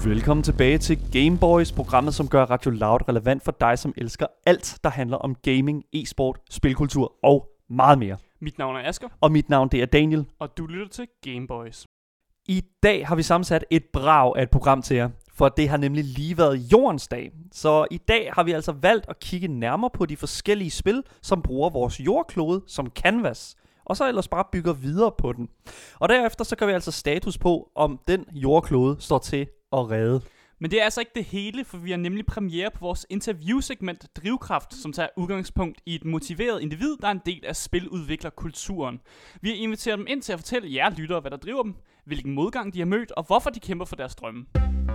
Velkommen tilbage til Gameboys, programmet som gør Radio Loud relevant for dig, som elsker alt, der handler om gaming, e-sport, spilkultur og meget mere. Mit navn er Asger. Og mit navn det er Daniel. Og du lytter til Gameboys. I dag har vi sammensat et brag af et program til jer, for det har nemlig lige været Jordens dag. Så i dag har vi altså valgt at kigge nærmere på de forskellige spil, som bruger vores jordklode som canvas, og så ellers bare bygger videre på den. Og derefter så gør vi altså status på, om den jordklode står til at redde. Men det er altså ikke det hele, for vi har nemlig premiere på vores interviewsegment Drivkraft, som tager udgangspunkt i et motiveret individ, der er en del af spiludviklerkulturen. Vi har inviteret dem ind til at fortælle jer lyttere, hvad der driver dem, hvilken modgang de har mødt, og hvorfor de kæmper for deres drømme.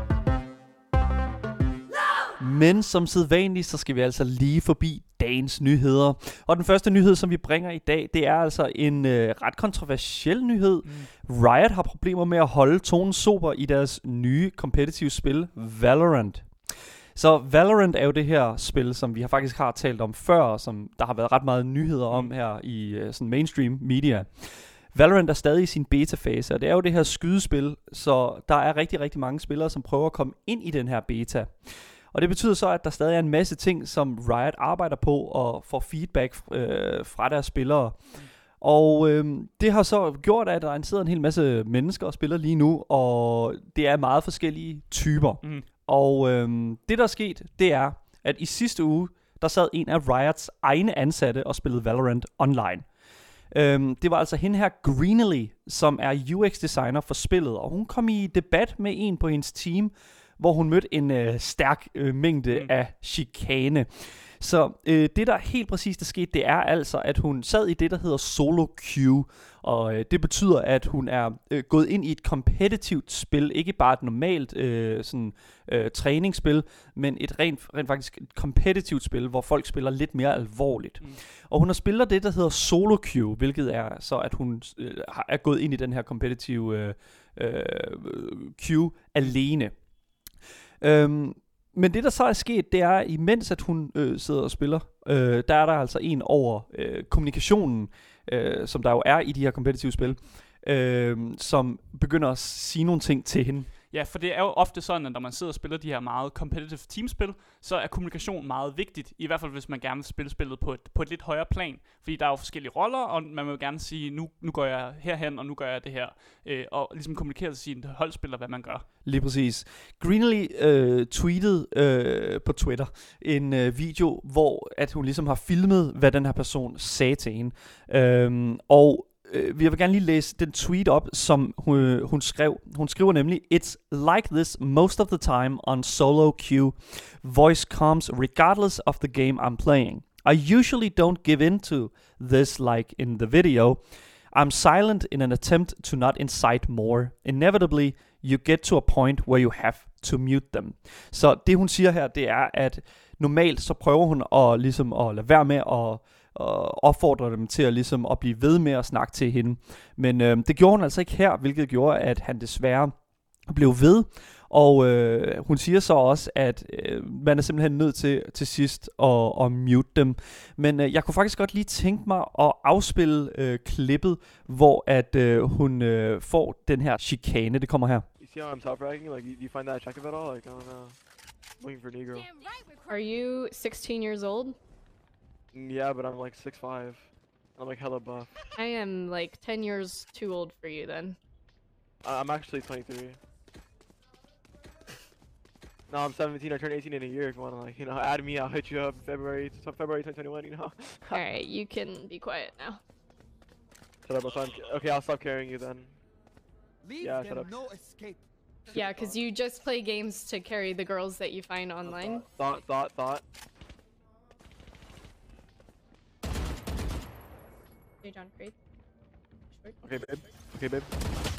Men som sædvanligt, så skal vi altså lige forbi dagens nyheder. Og den første nyhed, som vi bringer i dag, det er altså en ret kontroversiel nyhed. Riot har problemer med at holde tonen sober i deres nye competitive spil, Valorant. Så Valorant er jo det her spil, som vi faktisk har talt om før, og som der har været ret meget nyheder om her i sådan mainstream media. Valorant er stadig i sin beta-fase, og det er jo det her skydespil, så der er rigtig, rigtig mange spillere, som prøver at komme ind i den her beta. Og det betyder så, at der stadig er en masse ting, som Riot arbejder på og får feedback fra deres spillere. Og det har så gjort, at der sidder en hel masse mennesker og spiller lige nu, og det er meget forskellige typer. Og det, der er sket, det er, at i sidste uge, der sad en af Riots egne ansatte og spillede Valorant online. Det var altså hende her, Greenly, som er UX-designer for spillet, og hun kom i debat med en på hendes team, hvor hun mødte en stærk mængde af chikane. Så det, der helt præcis der skete, det er altså, at hun sad i det, der hedder solo queue. Og det betyder, at hun er gået ind i et kompetitivt spil. Ikke bare et normalt træningsspil, men et rent faktisk et kompetitivt spil, hvor folk spiller lidt mere alvorligt. Og hun har spillet det, der hedder solo queue, hvilket er så, at hun er gået ind i den her kompetitive queue alene. Men det der så er sket, det er imens at hun sidder og spiller, der er der altså en over kommunikationen, som der jo er i de her kompetitive spil, som begynder at sige nogle ting til hende. Ja, for det er jo ofte sådan, at når man sidder og spiller de her meget competitive teamspil, så er kommunikation meget vigtigt. I hvert fald hvis man gerne vil spille spillet på et lidt højere plan. Fordi der er jo forskellige roller, og man vil jo gerne sige, nu går jeg herhen, og nu gør jeg det her. Og ligesom kommunikere til sine holdspillere, hvad man gør. Lige præcis. Greenly tweetede på Twitter en video, hvor at hun ligesom har filmet, hvad den her person sagde til hende. Jeg vil gerne lige læse den tweet op, som hun skrev. Hun skriver nemlig, "It's like this most of the time on solo queue. Voice comes regardless of the game I'm playing. I usually don't give in to this like in the video. I'm silent in an attempt to not incite more. Inevitably, you get to a point where you have to mute them." Så det hun siger her, det er, at normalt så prøver hun at lade være med at opfordrer dem til at, ligesom, at blive ved med at snakke til hende. Men det gjorde hun altså ikke her, hvilket gjorde, at han desværre blev ved. Og hun siger så også, at man er simpelthen nødt til sidst at mute dem. Men jeg kunne faktisk godt lige tænke mig at afspille klippet, hvor at hun får den her chikane. Det kommer her. You see how I'm top-ragging? Like, you find that attractive at all? Like, I don't know. I'm looking for a new girl. Are you 16 years old? Yeah, but I'm like 6'5". I'm like hella buff. I am like 10 years too old for you then. I'm actually 23. No, I'm 17. I turn 18 in a year. If you want to, add me, I'll hit you up February 2021. Alright, you can be quiet now. Shut up, son. Okay, I'll stop carrying you then. Leave yeah, them shut up. no escape. Yeah, because you just play games to carry the girls that you find online. Thought. Hey, John Craig. Okay, babe.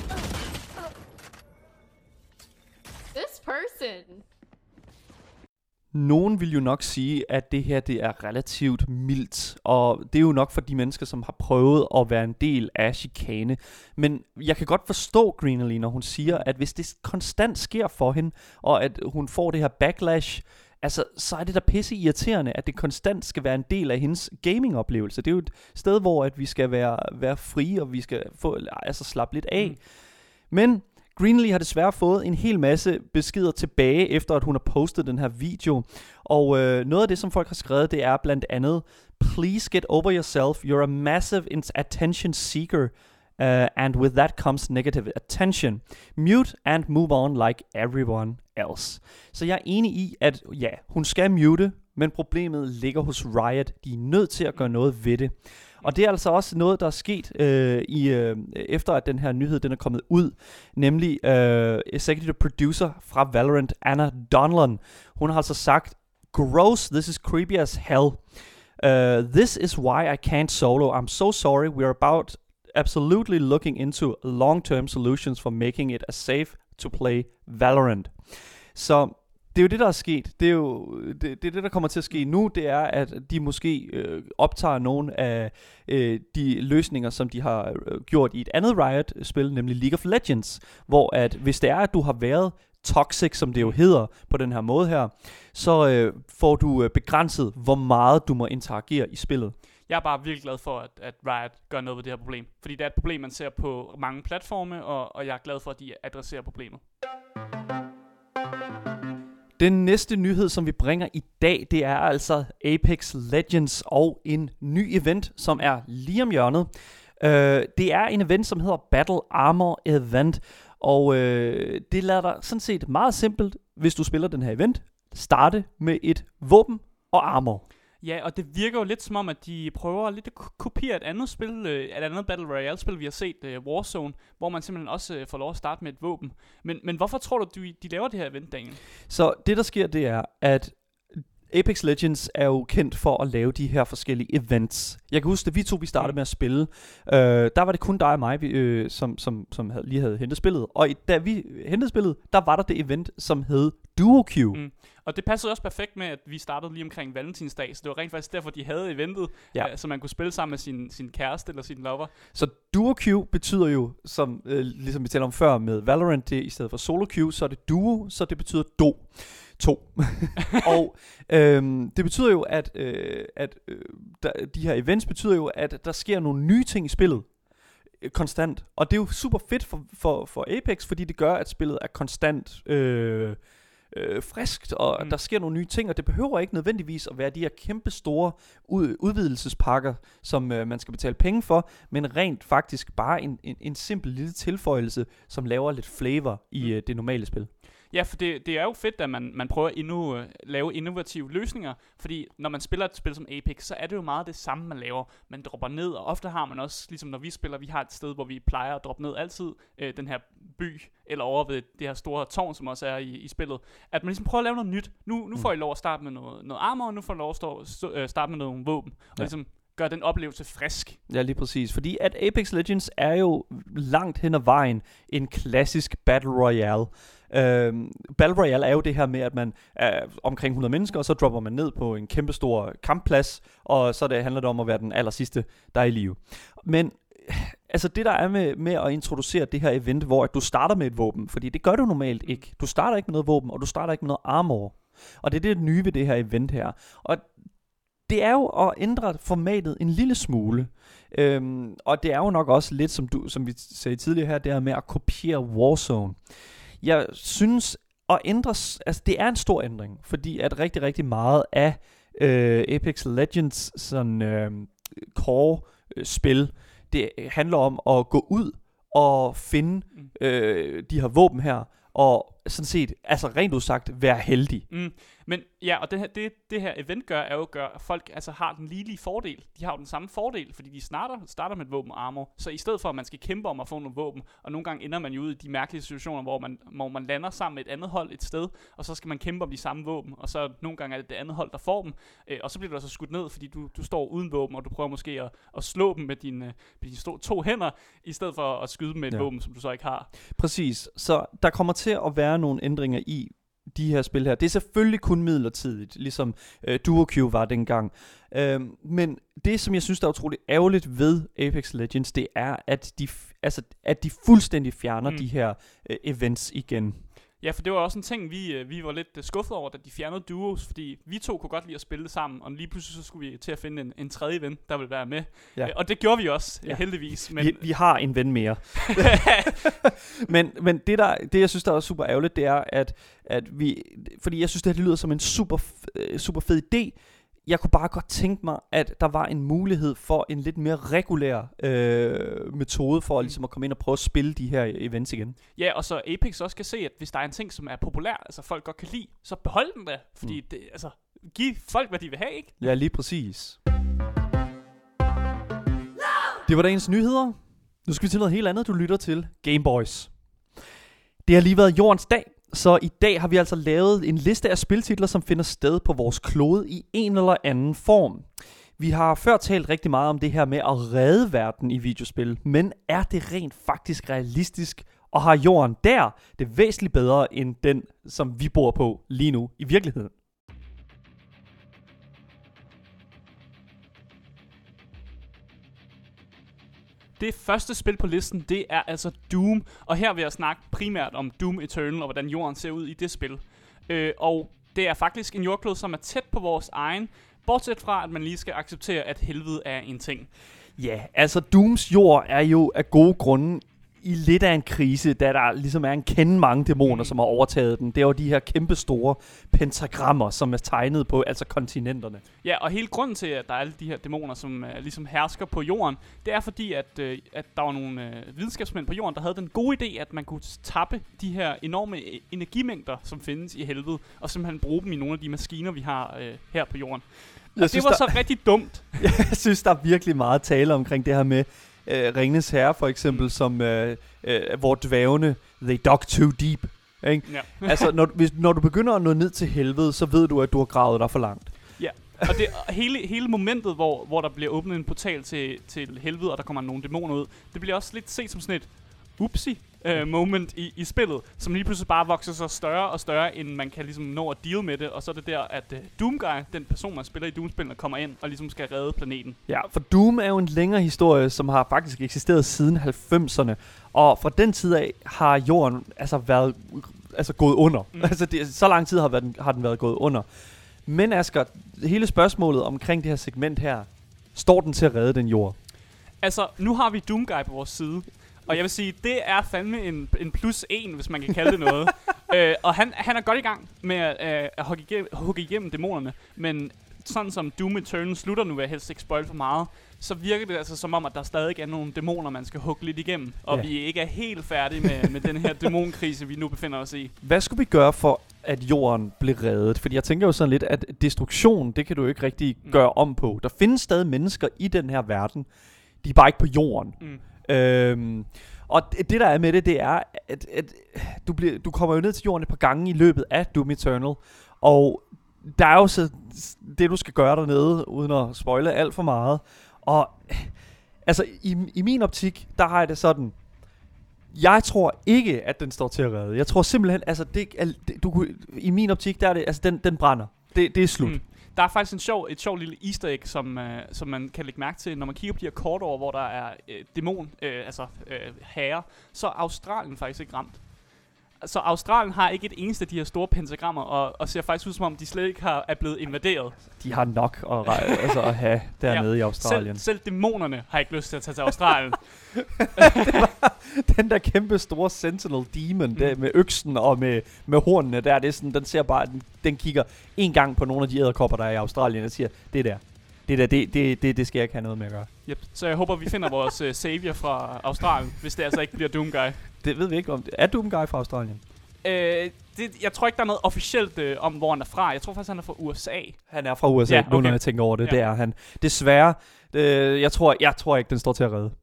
This person! Nogen vil jo nok sige, at det her det er relativt mildt, og det er jo nok for de mennesker, som har prøvet at være en del af chikane. Men jeg kan godt forstå Greenly, når hun siger, at hvis det konstant sker for hende, og at hun får det her backlash, altså, så er det da pisse irriterende, at det konstant skal være en del af hendes gaming-oplevelse. Det er jo et sted, hvor at vi skal være frie, og vi skal få slappe lidt af. Men Greenlee har desværre fået en hel masse beskeder tilbage, efter at hun har postet den her video. Og noget af det, som folk har skrevet, det er blandt andet: Please get over yourself. You're a massive attention seeker. And with that comes negative attention. Mute and move on like everyone else. Så jeg er enig i, at ja, hun skal mute, men problemet ligger hos Riot. De er nødt til at gøre noget ved det. Og det er altså også noget, der er sket efter at den her nyhed den er kommet ud. Nemlig executive producer fra Valorant, Anna Donlan. Hun har altså sagt: Gross, this is creepy as hell. This is why I can't solo. I'm so sorry. We're absolutely looking into long-term solutions for making it a safe to play Valorant. Så det er jo det, der er sket. Det er jo det, der kommer til at ske nu, det er, at de måske optager nogle af de løsninger, som de har gjort i et andet Riot-spil, nemlig League of Legends, hvor at hvis det er, at du har været toxic, som det jo hedder på den her måde her, så får du begrænset, hvor meget du må interagere i spillet. Jeg er bare virkelig glad for, at Riot gør noget ved det her problem. Fordi det er et problem, man ser på mange platforme, og jeg er glad for, at de adresserer problemet. Den næste nyhed, som vi bringer i dag, det er altså Apex Legends og en ny event, som er lige om hjørnet. Det er en event, som hedder Battle Armor Event, og det lader dig sådan set meget simpelt, hvis du spiller den her event, starte med et våben og armor. Ja, og det virker jo lidt som om, at de prøver lidt at kopiere et andet spil, et andet Battle Royale-spil, vi har set, Warzone, hvor man simpelthen også får lov at starte med et våben. Men hvorfor tror du, de laver det her event, Daniel? Så det, der sker, det er, at Apex Legends er jo kendt for at lave de her forskellige events. Jeg kan huske, da vi startede med at spille, der var det kun dig og mig, som lige havde hentet spillet. Og da vi hentede spillet, der var der det event, som hed Duo Queue. Og det passede også perfekt med, at vi startede lige omkring Valentinsdag, så det var rent faktisk derfor, de havde eventet, så man kunne spille sammen med sin kæreste eller sin lover. Så Duo Queue betyder jo, som ligesom vi talte om før med Valorant, det i stedet for Solo Queue, så er det Duo, så det betyder to. Og det betyder jo, at de her events betyder jo, at der sker nogle nye ting i spillet konstant. Og det er jo super fedt for Apex, fordi det gør, at spillet er konstant friskt, og der sker nogle nye ting, og det behøver ikke nødvendigvis at være de her kæmpe store udvidelsespakker, som man skal betale penge for, men rent faktisk bare en simpel lille tilføjelse, som laver lidt flavor i det normale spil. Ja, for det er jo fedt, at man prøver at lave innovative løsninger, fordi når man spiller et spil som Apex, så er det jo meget det samme, man laver. Man dropper ned, og ofte har man også, ligesom når vi spiller, vi har et sted, hvor vi plejer at droppe ned altid, den her by, eller over ved det her store tårn, som også er i spillet, at man ligesom prøver at lave noget nyt. Nu får I lov at starte med noget armor, og nu får I lov at starte med nogle våben, og ligesom gør den oplevelse frisk. Ja, lige præcis. Fordi at Apex Legends er jo langt hen ad vejen en klassisk Battle Royale. Battle Royale er jo det her med, at man er omkring 100 mennesker, og så dropper man ned på en kæmpestor kampplads, og så handler det om at være den allersidste, der er i live. Men altså det der er med at introducere det her event, hvor at du starter med et våben, fordi det gør du normalt ikke. Du starter ikke med noget våben, og du starter ikke med noget armor. Og det er det nye ved det her event her. Og det er jo at ændre formatet en lille smule. Og det er jo nok også lidt, som vi sagde tidligere her, det her med at kopiere Warzone. Jeg synes at ændre, altså det er en stor ændring, fordi at rigtig, rigtig meget af Apex Legends sådan core spil, det handler om at gå ud og finde de her våben her, og sådan set, altså rent udsagt, være heldig. Men ja, og det her event er jo at folk altså har den lige fordel. De har jo den samme fordel, fordi de starter med et våben og armor. Så i stedet for, at man skal kæmpe om at få nogle våben, og nogle gange ender man jo ud i de mærkelige situationer, hvor man lander sammen med et andet hold et sted, og så skal man kæmpe om de samme våben, og så nogle gange er det andet hold, der får dem, og så bliver du altså skudt ned, fordi du står uden våben, og du prøver måske at slå dem med dine to hænder, i stedet for at skyde dem med et våben, som du så ikke har. Præcis. Så der kommer til at være nogle ændringer i de her spil her. Det er selvfølgelig kun midlertidigt, ligesom Duo Queue var dengang. Men det, som jeg synes, der er utroligt ærgerligt ved Apex Legends, det er, at de fuldstændig fjerner de her events igen. Ja, for det var også en ting, vi var lidt skuffet over, da de fjernede duos, fordi vi to kunne godt lide at spille sammen, og lige pludselig så skulle vi til at finde en tredje ven, der ville være med. Ja. Og det gjorde vi også, heldigvis. Men Vi har en ven mere. men det jeg synes, der er super ærgerligt, det er, at vi... Fordi jeg synes, det lyder som en super fed idé. Jeg kunne bare godt tænke mig, at der var en mulighed for en lidt mere regulær metode for ligesom at komme ind og prøve at spille de her events igen. Ja, og så Apex også kan se, at hvis der er en ting, som er populær, altså folk godt kan lide, så behold den da. Fordi det, altså, giv folk, hvad de vil have, ikke? Ja, lige præcis. Det var dagens nyheder. Nu skal vi til noget helt andet, du lytter til Game Boys. Det har lige været jordens dag, så i dag har vi altså lavet en liste af spiltitler, som finder sted på vores klode i en eller anden form. Vi har før talt rigtig meget om det her med at redde verden i videospil, men er det rent faktisk realistisk, og har jorden der det væsentligt bedre end den, som vi bor på lige nu i virkeligheden? Det første spil på listen, det er altså Doom. Og her vil jeg snakke primært om Doom Eternal og hvordan jorden ser ud i det spil. Og det er faktisk en jordklode, som er tæt på vores egen. Bortset fra, at man lige skal acceptere, at helvede er en ting. Ja, altså Dooms jord er jo af gode grunde i lidt af en krise, da der ligesom er en kende mange dæmoner, som har overtaget den. Det er jo de her kæmpe store pentagrammer, som er tegnet på altså kontinenterne. Ja, og hele grunden til, at der er alle de her dæmoner, som ligesom hersker på jorden, det er fordi, at der var nogle videnskabsmænd på jorden, der havde den gode idé, at man kunne tappe de her enorme energimængder, som findes i helvede, og simpelthen bruge dem i nogle af de maskiner, vi har her på jorden. Og det var så rigtig dumt. Jeg synes, der er virkelig meget tale omkring det her med Ringenes Herre, for eksempel, som hvor dværgene, they dug too deep. Ikke? Ja. Altså, når du begynder at nå ned til helvede, så ved du, at du har gravet dig for langt. Ja, og det hele momentet, hvor der bliver åbnet en portal til helvede, og der kommer nogle dæmoner ud, det bliver også lidt set som sådan et upsi moment i spillet, som lige pludselig bare vokser sig større og større, end man kan ligesom nå at deal med det, og så er det der, at Doomguy, den person, man spiller i Doom-spillene, kommer ind og ligesom skal redde planeten. Ja, for Doom er jo en længere historie, som har faktisk eksisteret siden 90'erne, og fra den tid af har jorden altså været gået under. Altså så lang tid har den været gået under. Men Asger, hele spørgsmålet omkring det her segment her, står den til at redde den jord? Altså, nu har vi Doomguy på vores side. Og jeg vil sige, det er fandme en +1, hvis man kan kalde det noget. Og han er godt i gang med at hugge igennem dæmonerne. Men sådan som Doom Eternal slutter, nu vil jeg helst ikke spoil for meget, så virker det altså som om, at der stadig er nogle dæmoner, man skal hugge lidt igennem. Og vi ikke er helt færdige med den her dæmonkrise, vi nu befinder os i. Hvad skulle vi gøre for, at jorden blev reddet? Fordi jeg tænker jo sådan lidt, at destruktion, det kan du ikke rigtig gøre om på. Der findes stadig mennesker i den her verden. De er bare ikke på jorden. Og det der er med det er, at du kommer jo ned til jorden et par gange i løbet af Doom Eternal, og der er jo så det, du skal gøre dernede, uden at spoile alt for meget. Og altså, i min optik, der har jeg det sådan, jeg tror ikke, at den står til at redde. Jeg tror simpelthen, altså, i min optik, der er det, altså, den brænder. Det er slut. Der er faktisk et sjov lille easter egg, som man kan lægge mærke til, når man kigger på de her kort over, hvor der er herrer, så er Australien faktisk ikke ramt. Så Australien har ikke et eneste af de her store pentagrammer, og ser faktisk ud som om, de slet ikke er blevet invaderet. De har nok at have dernede i Australien. Selv dæmonerne har ikke lyst til at tage til Australien. Den der kæmpe store Sentinel Demon der, med øksen og med hornene der, det er sådan, den ser bare, den kigger en gang på nogle af de edderkopper, der er i Australien, og siger, det skal jeg ikke have noget med at gøre. Yep. Så jeg håber, vi finder vores savior fra Australien, hvis det altså ikke bliver Doomguy. Det ved vi ikke om. Er Doomguy fra Australien? Jeg tror ikke, der er noget officielt om, hvor han er fra. Jeg tror faktisk, han er fra USA. Han er fra USA, ja, okay. Nu når jeg tænker over det. Ja. Det er han. Desværre, jeg tror ikke, den står til at redde.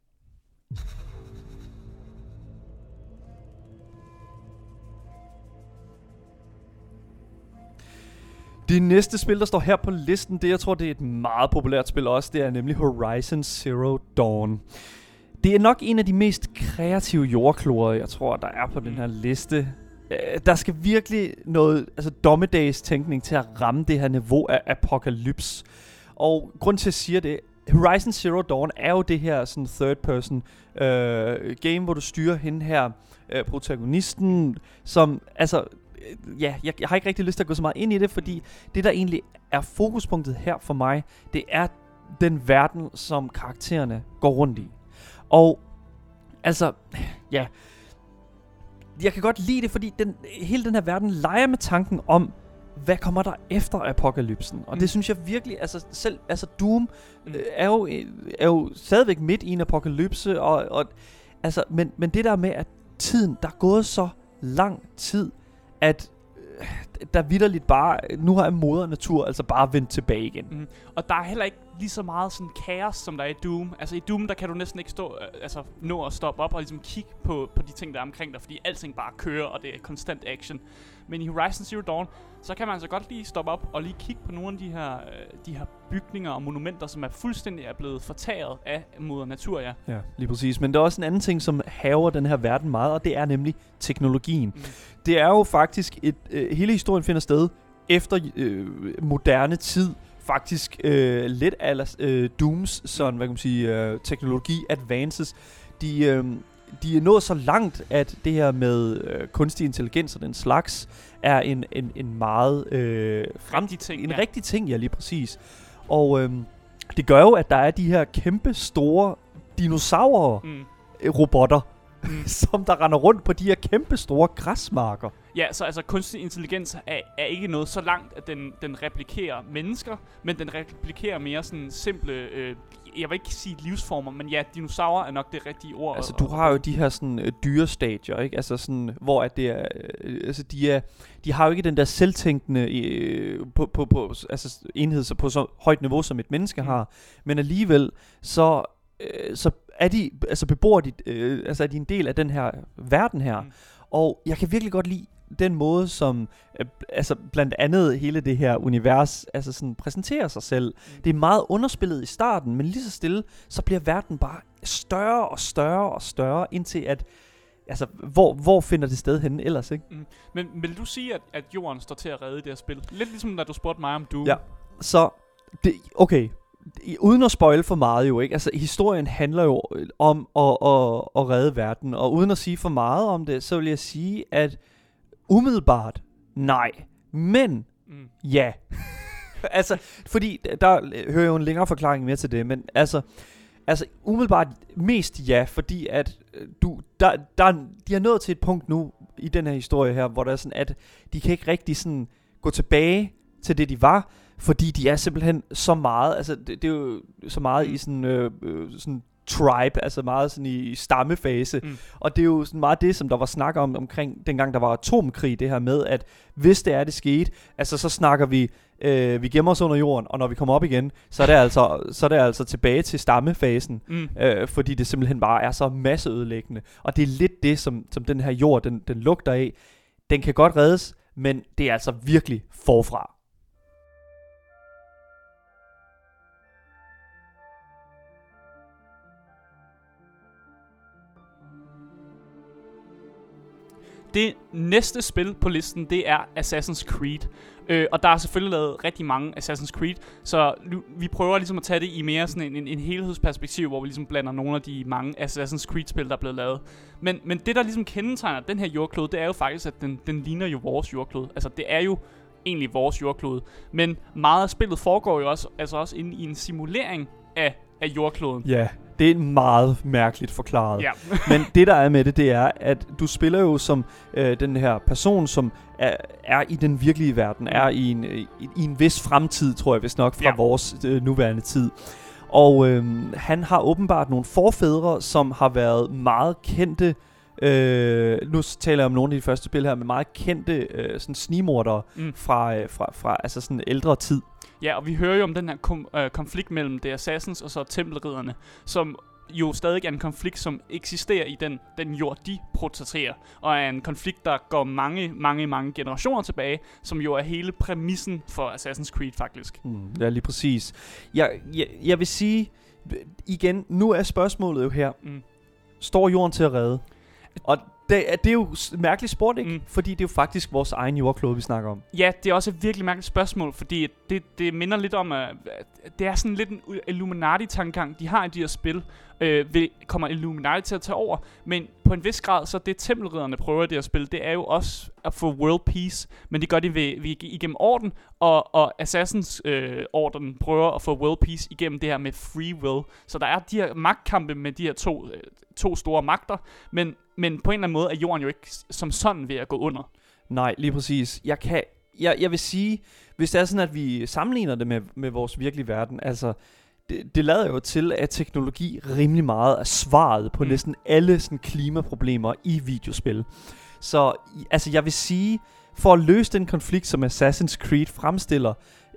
Det næste spil, der står her på listen, jeg tror, det er et meget populært spil også. Det er nemlig Horizon Zero Dawn. Det er nok en af de mest kreative jordkloder, jeg tror, der er på den her liste. Der skal virkelig noget dommedags tænkning til at ramme det her niveau af apokalyps. Og grund til at sige det Horizon Zero Dawn er jo det her sådan third person game, hvor du styrer hende her, protagonisten, som, altså, jeg har ikke rigtig lyst til at gå så meget ind i det, fordi det der egentlig er fokuspunktet her for mig, det er den verden, som karaktererne går rundt i. Og altså, ja, jeg kan godt lide det, fordi hele den her verden leger med tanken om, hvad kommer der efter apokalypsen? Og det synes jeg virkelig, altså Doom er jo stadigvæk midt i en apokalypse, og altså, men det der med, at tiden, der er gået så lang tid, at der vitterligt bare, nu har moder natur altså bare vendt tilbage igen. Og der er heller ikke lige så meget sådan kaos, som der er i Doom. Altså i Doom, der kan du næsten ikke nå at stoppe op og ligesom kigge på de ting, der er omkring dig, fordi alting bare kører, og det er konstant action. Men i Horizon Zero Dawn, så kan man altså godt lige stoppe op og lige kigge på nogle af de her bygninger og monumenter, som er fuldstændig blevet fortæret af moder natur, ja. Ja, lige præcis. Men der er også en anden ting, som haver den her verden meget, og det er nemlig teknologien. Det er jo faktisk hele historien finder sted efter moderne tid, faktisk lidt af Dooms sådan, hvad kan man sige, teknologi advances. De er nået så langt, at det her med kunstig intelligens og den slags er en meget rigtig ting, ja, lige præcis. Og det gør jo, at der er de her kæmpe store dinosaurer robotter, som der render rundt på de her kæmpe store græsmarker. Ja, så altså kunstig intelligens er ikke noget så langt, at den replikerer mennesker, men den replikerer mere sådan simple, jeg vil ikke sige livsformer, men ja, dinosaurer er nok det rigtige ord. Altså du har jo de her sådan dyrestadier, ikke? Altså sådan, hvor at det er, altså de har jo ikke den der selvtænkende på altså enhed så på så højt niveau som et menneske har, men alligevel så er de, altså bebor de, altså er de en del af den her verden her. Og jeg kan virkelig godt lide den måde, som altså blandt andet hele det her univers altså sådan præsenterer sig selv. Det er meget underspillet i starten, men lige så stille, så bliver verden bare større og større og større, indtil at, altså, hvor finder det sted henne ellers, ikke? Men vil du sige, at jorden står til at redde det her spil? Lidt ligesom, da du spurgte mig om Doom. Ja, så, okay, uden at spoil for meget jo, ikke? Altså, historien handler jo om at redde verden, og uden at sige for meget om det, så vil jeg sige, at umiddelbart, nej, men ja. Altså, fordi der hører jo en længere forklaring mere til det, men altså umiddelbart mest ja, fordi at de er nået til et punkt nu i den her historie her, hvor der er sådan, at de kan ikke rigtig sådan gå tilbage til det de var, fordi de er simpelthen så meget, altså det er jo så meget i sådan tribe, altså meget sådan i stammefase, og det er jo sådan meget det, som der var snak omkring dengang der var atomkrig, det her med, at hvis det skete, altså så snakker vi gemmer os under jorden, og når vi kommer op igen, så er det altså tilbage til stammefasen, fordi det simpelthen bare er så masseødelæggende, og det er lidt det, som den her jord, den lugter af. Den kan godt reddes, men det er altså virkelig forfra. Det næste spil på listen, det er Assassin's Creed. Og der er selvfølgelig lavet rigtig mange Assassin's Creed, så vi prøver ligesom at tage det i mere sådan en helhedsperspektiv, hvor vi ligesom blander nogle af de mange Assassin's Creed-spil, der er blevet lavet. Men det, der ligesom kendetegner den her jordklode, det er jo faktisk, at den ligner jo vores jordklode. Altså, det er jo egentlig vores jordklode. Men meget af spillet foregår jo også inde i en simulering af jordkloden. Ja. Det er meget mærkeligt forklaret. Ja. Men det der er med det er, at du spiller jo som den her person, som er i den virkelige verden, er i en vis fremtid, tror jeg vist nok, fra vores nuværende tid. Og han har åbenbart nogle forfædre, som har været meget kendte, nu taler jeg om nogle af de første spil her, men meget kendte sådan snigmordere fra altså sådan ældre tid. Ja, og vi hører jo om den her konflikt mellem The Assassins og så Tempelridderne, som jo stadig er en konflikt, som eksisterer i den jord, de protegerer, og er en konflikt, der går mange generationer tilbage, som jo er hele præmissen for Assassin's Creed faktisk. Ja, lige præcis. Jeg vil sige, igen, nu er spørgsmålet jo her, står jorden til at redde? Og Det er jo mærkeligt spurgt, ikke? Fordi det er jo faktisk vores egen jordklode, vi snakker om. Ja, det er også et virkelig mærkeligt spørgsmål, fordi det minder lidt om, at det er sådan lidt en Illuminati-tankegang, de har i de her spil. Kommer Illuminati til at tage over, men på en vis grad, så det tempelridderne prøver i det her spil, det er jo også at få world peace, men det gør de igennem orden, og Assassins orden prøver at få world peace igennem det her med free will. Så der er de her magtkampe med de her to store magter, men på en eller anden måde er jorden jo ikke som sådan ved at gå under. Nej, lige præcis. Jeg vil sige, hvis det er sådan, at vi sammenligner det med vores virkelige verden, altså det lader jo til, at teknologi rimelig meget er svaret på næsten alle sådan klimaproblemer i videospil. Så altså jeg vil sige, for at løse den konflikt, som Assassin's Creed fremstiller,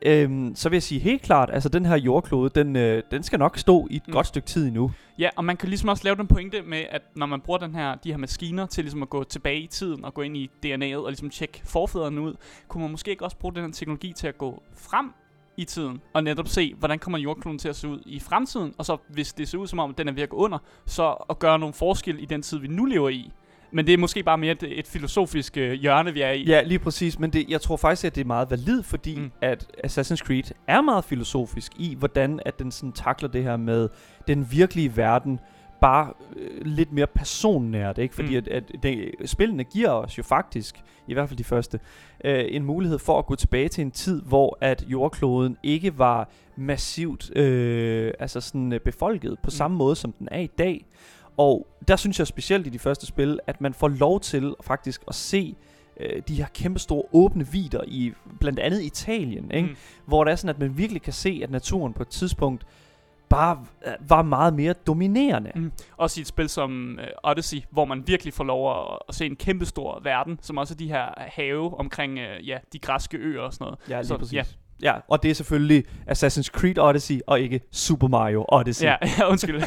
så vil jeg sige helt klart, altså den her jordklode, den skal nok stå i et godt stykke tid endnu. Ja, og man kan ligesom også lave den pointe med, at når man bruger de her maskiner til ligesom at gå tilbage i tiden og gå ind i DNA'et og ligesom tjekke forfædrene ud, kunne man måske ikke også bruge den her teknologi til at gå frem i tiden, og netop se, hvordan kommer jordkloden til at se ud i fremtiden, og så hvis det ser ud som om, den er ved at gå under, så at gøre nogle forskel i den tid, vi nu lever i. Men det er måske bare mere et filosofisk hjørne, vi er i. Ja, lige præcis, men jeg tror faktisk, at det er meget valid, fordi at Assassin's Creed er meget filosofisk i, hvordan at den sådan takler det her med den virkelige verden, bare lidt mere personnært, ikke? Fordi at spillene giver os jo faktisk, i hvert fald de første, en mulighed for at gå tilbage til en tid, hvor at jordkloden ikke var massivt altså sådan befolket på samme måde, som den er i dag. Og der synes jeg specielt i de første spil, at man får lov til faktisk at se de her kæmpe store åbne vidder i blandt andet Italien, ikke? Hvor det er sådan, at man virkelig kan se, at naturen på et tidspunkt bare var meget mere dominerende. Også i et spil som Odyssey, hvor man virkelig får lov at se en kæmpestor verden, som også de her have omkring de græske øer og sådan noget. Ja, lige præcis. Ja, og det er selvfølgelig Assassin's Creed Odyssey, og ikke Super Mario Odyssey. Ja, undskyld.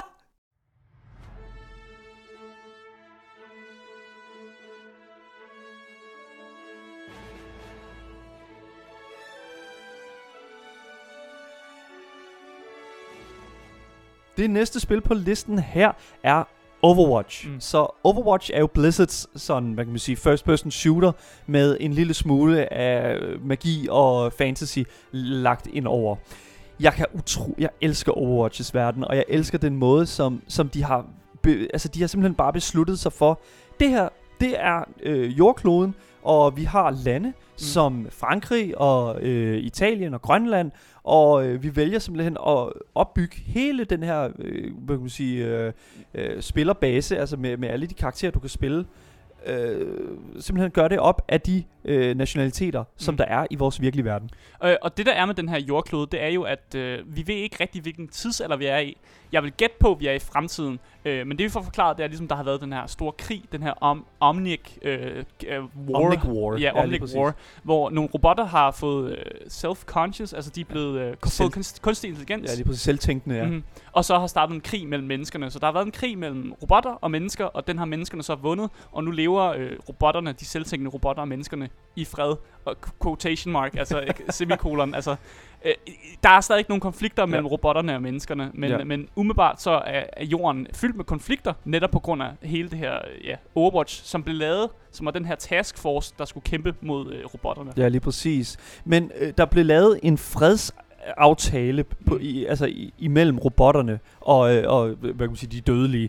Det næste spil på listen her er Overwatch. Så Overwatch er jo Blizzards sådan, hvad kan man sige, first person shooter med en lille smule af magi og fantasy lagt ind over. Jeg elsker Overwatches verden, og jeg elsker den måde, som de har de har simpelthen bare besluttet sig for, det her, det er jordkloden, og vi har lande som Frankrig og Italien og Grønland, og vi vælger simpelthen at opbygge hele den her hvad kan man sige, spillerbase, altså med alle de karakterer, du kan spille. Simpelthen gøre det op af de nationaliteter, som der er i vores virkelige verden. Og det der er med den her jordklode, det er jo, at vi ved ikke rigtig, hvilken tidsalder vi er i. Jeg vil gætte på, at vi er i fremtiden. Men det vi får forklaret, det er ligesom, der har været den her store krig, den her Omnic War. Ja, Omnic War, hvor nogle robotter har fået self-conscious, altså de er blevet fået kunstig intelligens. Ja, de er præcis selvtænkende, ja. Og så har startet en krig mellem menneskerne. Så der har været en krig mellem robotter og mennesker, og den har menneskerne så vundet, og nu lever robotterne, de selvtænkende robotter og menneskerne i fred, og quotation mark, altså semikolon, altså der er stadig ikke nogen konflikter mellem robotterne og menneskerne, men umiddelbart så er jorden fyldt med konflikter, netop på grund af hele det her Overwatch, som blev lavet, som var den her taskforce, der skulle kæmpe mod robotterne. Ja, lige præcis. Men der blev lavet en fredsaftale imellem robotterne og hvad kan man sige, de dødelige.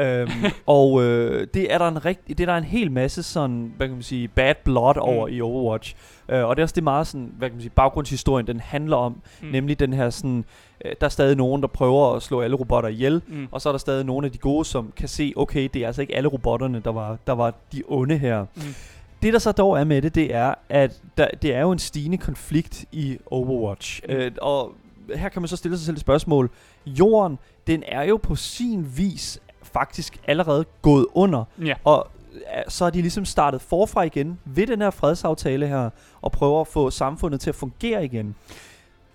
Og det er der en hel masse sådan, hvad kan man sige, bad blood over i Overwatch. Og det er også det meget sådan, hvad kan man sige, baggrundshistorien den handler om, nemlig den her sådan, der er stadig nogen, der prøver at slå alle robotter ihjel, og så er der stadig nogle af de gode, som kan se, okay, det er altså ikke alle robotterne, der var de onde her. Det der så dog er med det er, at det er jo en stigende konflikt i Overwatch. Og her kan man så stille sig selv et spørgsmål. Jorden, den er jo på sin vis faktisk allerede gået under. Ja. Og så er de ligesom startet forfra igen ved den her fredsaftale her, og prøver at få samfundet til at fungere igen.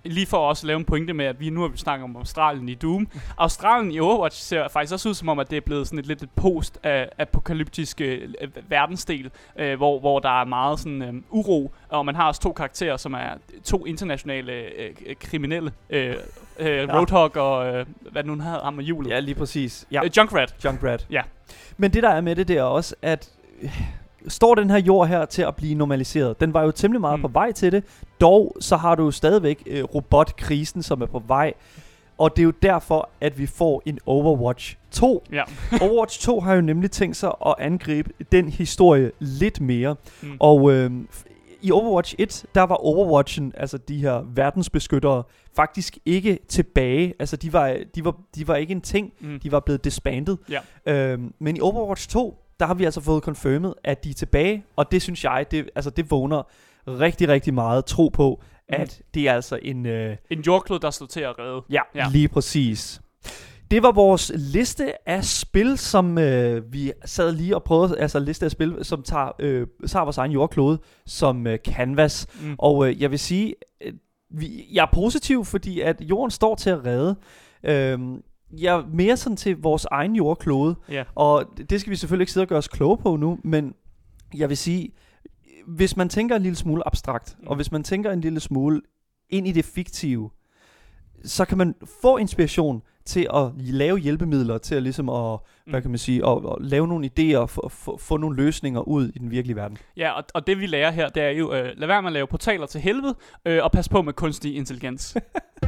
lige for også at lave en pointe med, at vi nu har vi snakket om Australien i Doom. Australien i Overwatch ser faktisk også ud som om, at det er blevet sådan et lidt post-apokalyptisk verdensdel, hvor der er meget sådan uro, og man har også 2 karakterer, som er 2 internationale kriminelle. Roadhog og hvad nu havde ham med hjulet. Ja, lige præcis. Ja. Junkrat. Ja. Men det der er med det er også, at står den her jord her til at blive normaliseret. Den var jo temmelig meget på vej til det. Dog så har du stadigvæk robotkrisen, som er på vej. Og det er jo derfor, at vi får en Overwatch 2. Ja. Overwatch 2 har jo nemlig tænkt sig at angribe den historie lidt mere. Og i Overwatch 1, der var Overwatchen, altså de her verdensbeskyttere, faktisk ikke tilbage. Altså de var ikke en ting. De var blevet disbanded. Ja. Men i Overwatch 2, der har vi altså fået confirmed, at de er tilbage. Og det synes jeg, det vågner rigtig, rigtig meget tro på, at det er altså en jordklod, der står til at redde. Ja, lige præcis. Det var vores liste af spil, som vi sad lige og prøvede, altså liste af spil, som tager vores egen jordklode som canvas. Og jeg vil sige, jeg er positiv, fordi at jorden står til at redde. Jeg er mere sådan til vores egen jordklode, og det skal vi selvfølgelig ikke sidde og gøre os kloge på nu, men jeg vil sige, hvis man tænker en lille smule abstrakt, og hvis man tænker en lille smule ind i det fiktive, så kan man få inspiration til at lave hjælpemidler, til at ligesom hvad kan man sige, at lave nogle idéer og få nogle løsninger ud i den virkelige verden. Ja, og det vi lærer her, det er jo, lad være med at lave portaler til helvede, og pas på med kunstig intelligens.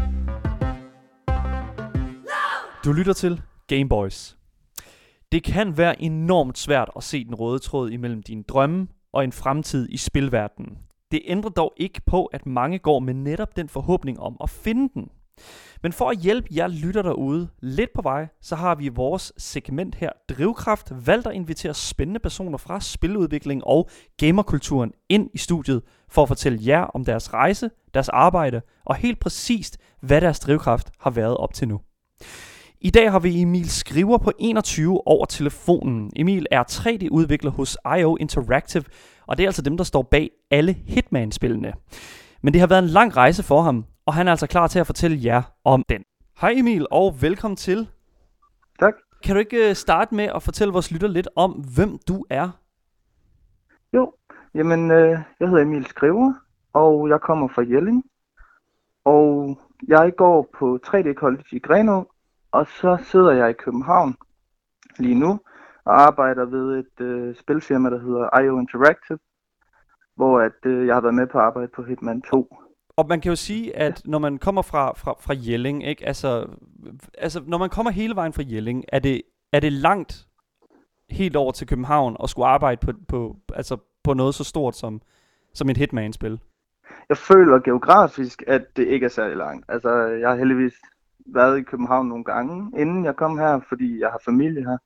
Du lytter til Game Boys. Det kan være enormt svært at se den røde tråd imellem dine drømme og en fremtid i spilverdenen. Det ændrer dog ikke på, at mange går med netop den forhåbning om at finde den. Men for at hjælpe jer lytter derude lidt på vej, så har vi i vores segment her, Drivkraft, valgt at invitere spændende personer fra spiludvikling og gamerkulturen ind i studiet for at fortælle jer om deres rejse, deres arbejde og helt præcist, hvad deres drivkraft har været op til nu. I dag har vi Emil Skriver på 21 over telefonen. Emil er 3D-udvikler hos IO Interactive, og det er altså dem, der står bag alle Hitman-spillene. Men det har været en lang rejse for ham, og han er altså klar til at fortælle jer om den. Hej Emil, og velkommen til. Tak. Kan du ikke starte med at fortælle vores lytter lidt om, hvem du er? Jo, jamen jeg hedder Emil Skriver, og jeg kommer fra Jelling. Og jeg går på 3D College i Grenaa, og så sidder jeg i København lige nu og arbejder ved et spilfirma, der hedder IO Interactive, hvor jeg har været med på at arbejde på Hitman 2. Og man kan jo sige, at når man kommer fra Jelling, ikke? Altså når man kommer hele vejen fra Jelling, er det langt helt over til København og skulle arbejde på noget så stort som et Hitman-spil? Jeg føler geografisk, at det ikke er særlig langt. Altså, jeg har heldigvis været i København nogle gange, inden jeg kom her, fordi jeg har familie her.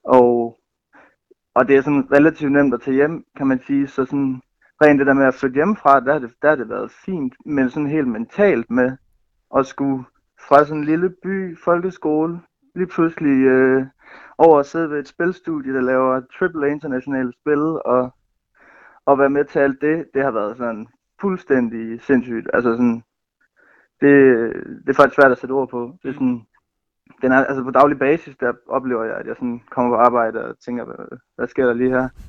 Og det er sådan relativt nemt at tage hjem, kan man sige. Så sådan rent det der med at flytte hjemmefra, der har det været fint, men sådan helt mentalt med at skulle fra sådan en lille by, folkeskole, lige pludselig over at sidde ved et spilstudie, der laver AAA internationale spil, og være med til alt det, det har været sådan fuldstændig sindssygt. Altså sådan, det er faktisk svært at sætte ord på. Det er sådan, altså på daglig basis, der oplever jeg, at jeg sådan kommer på arbejde og tænker, hvad sker der lige her?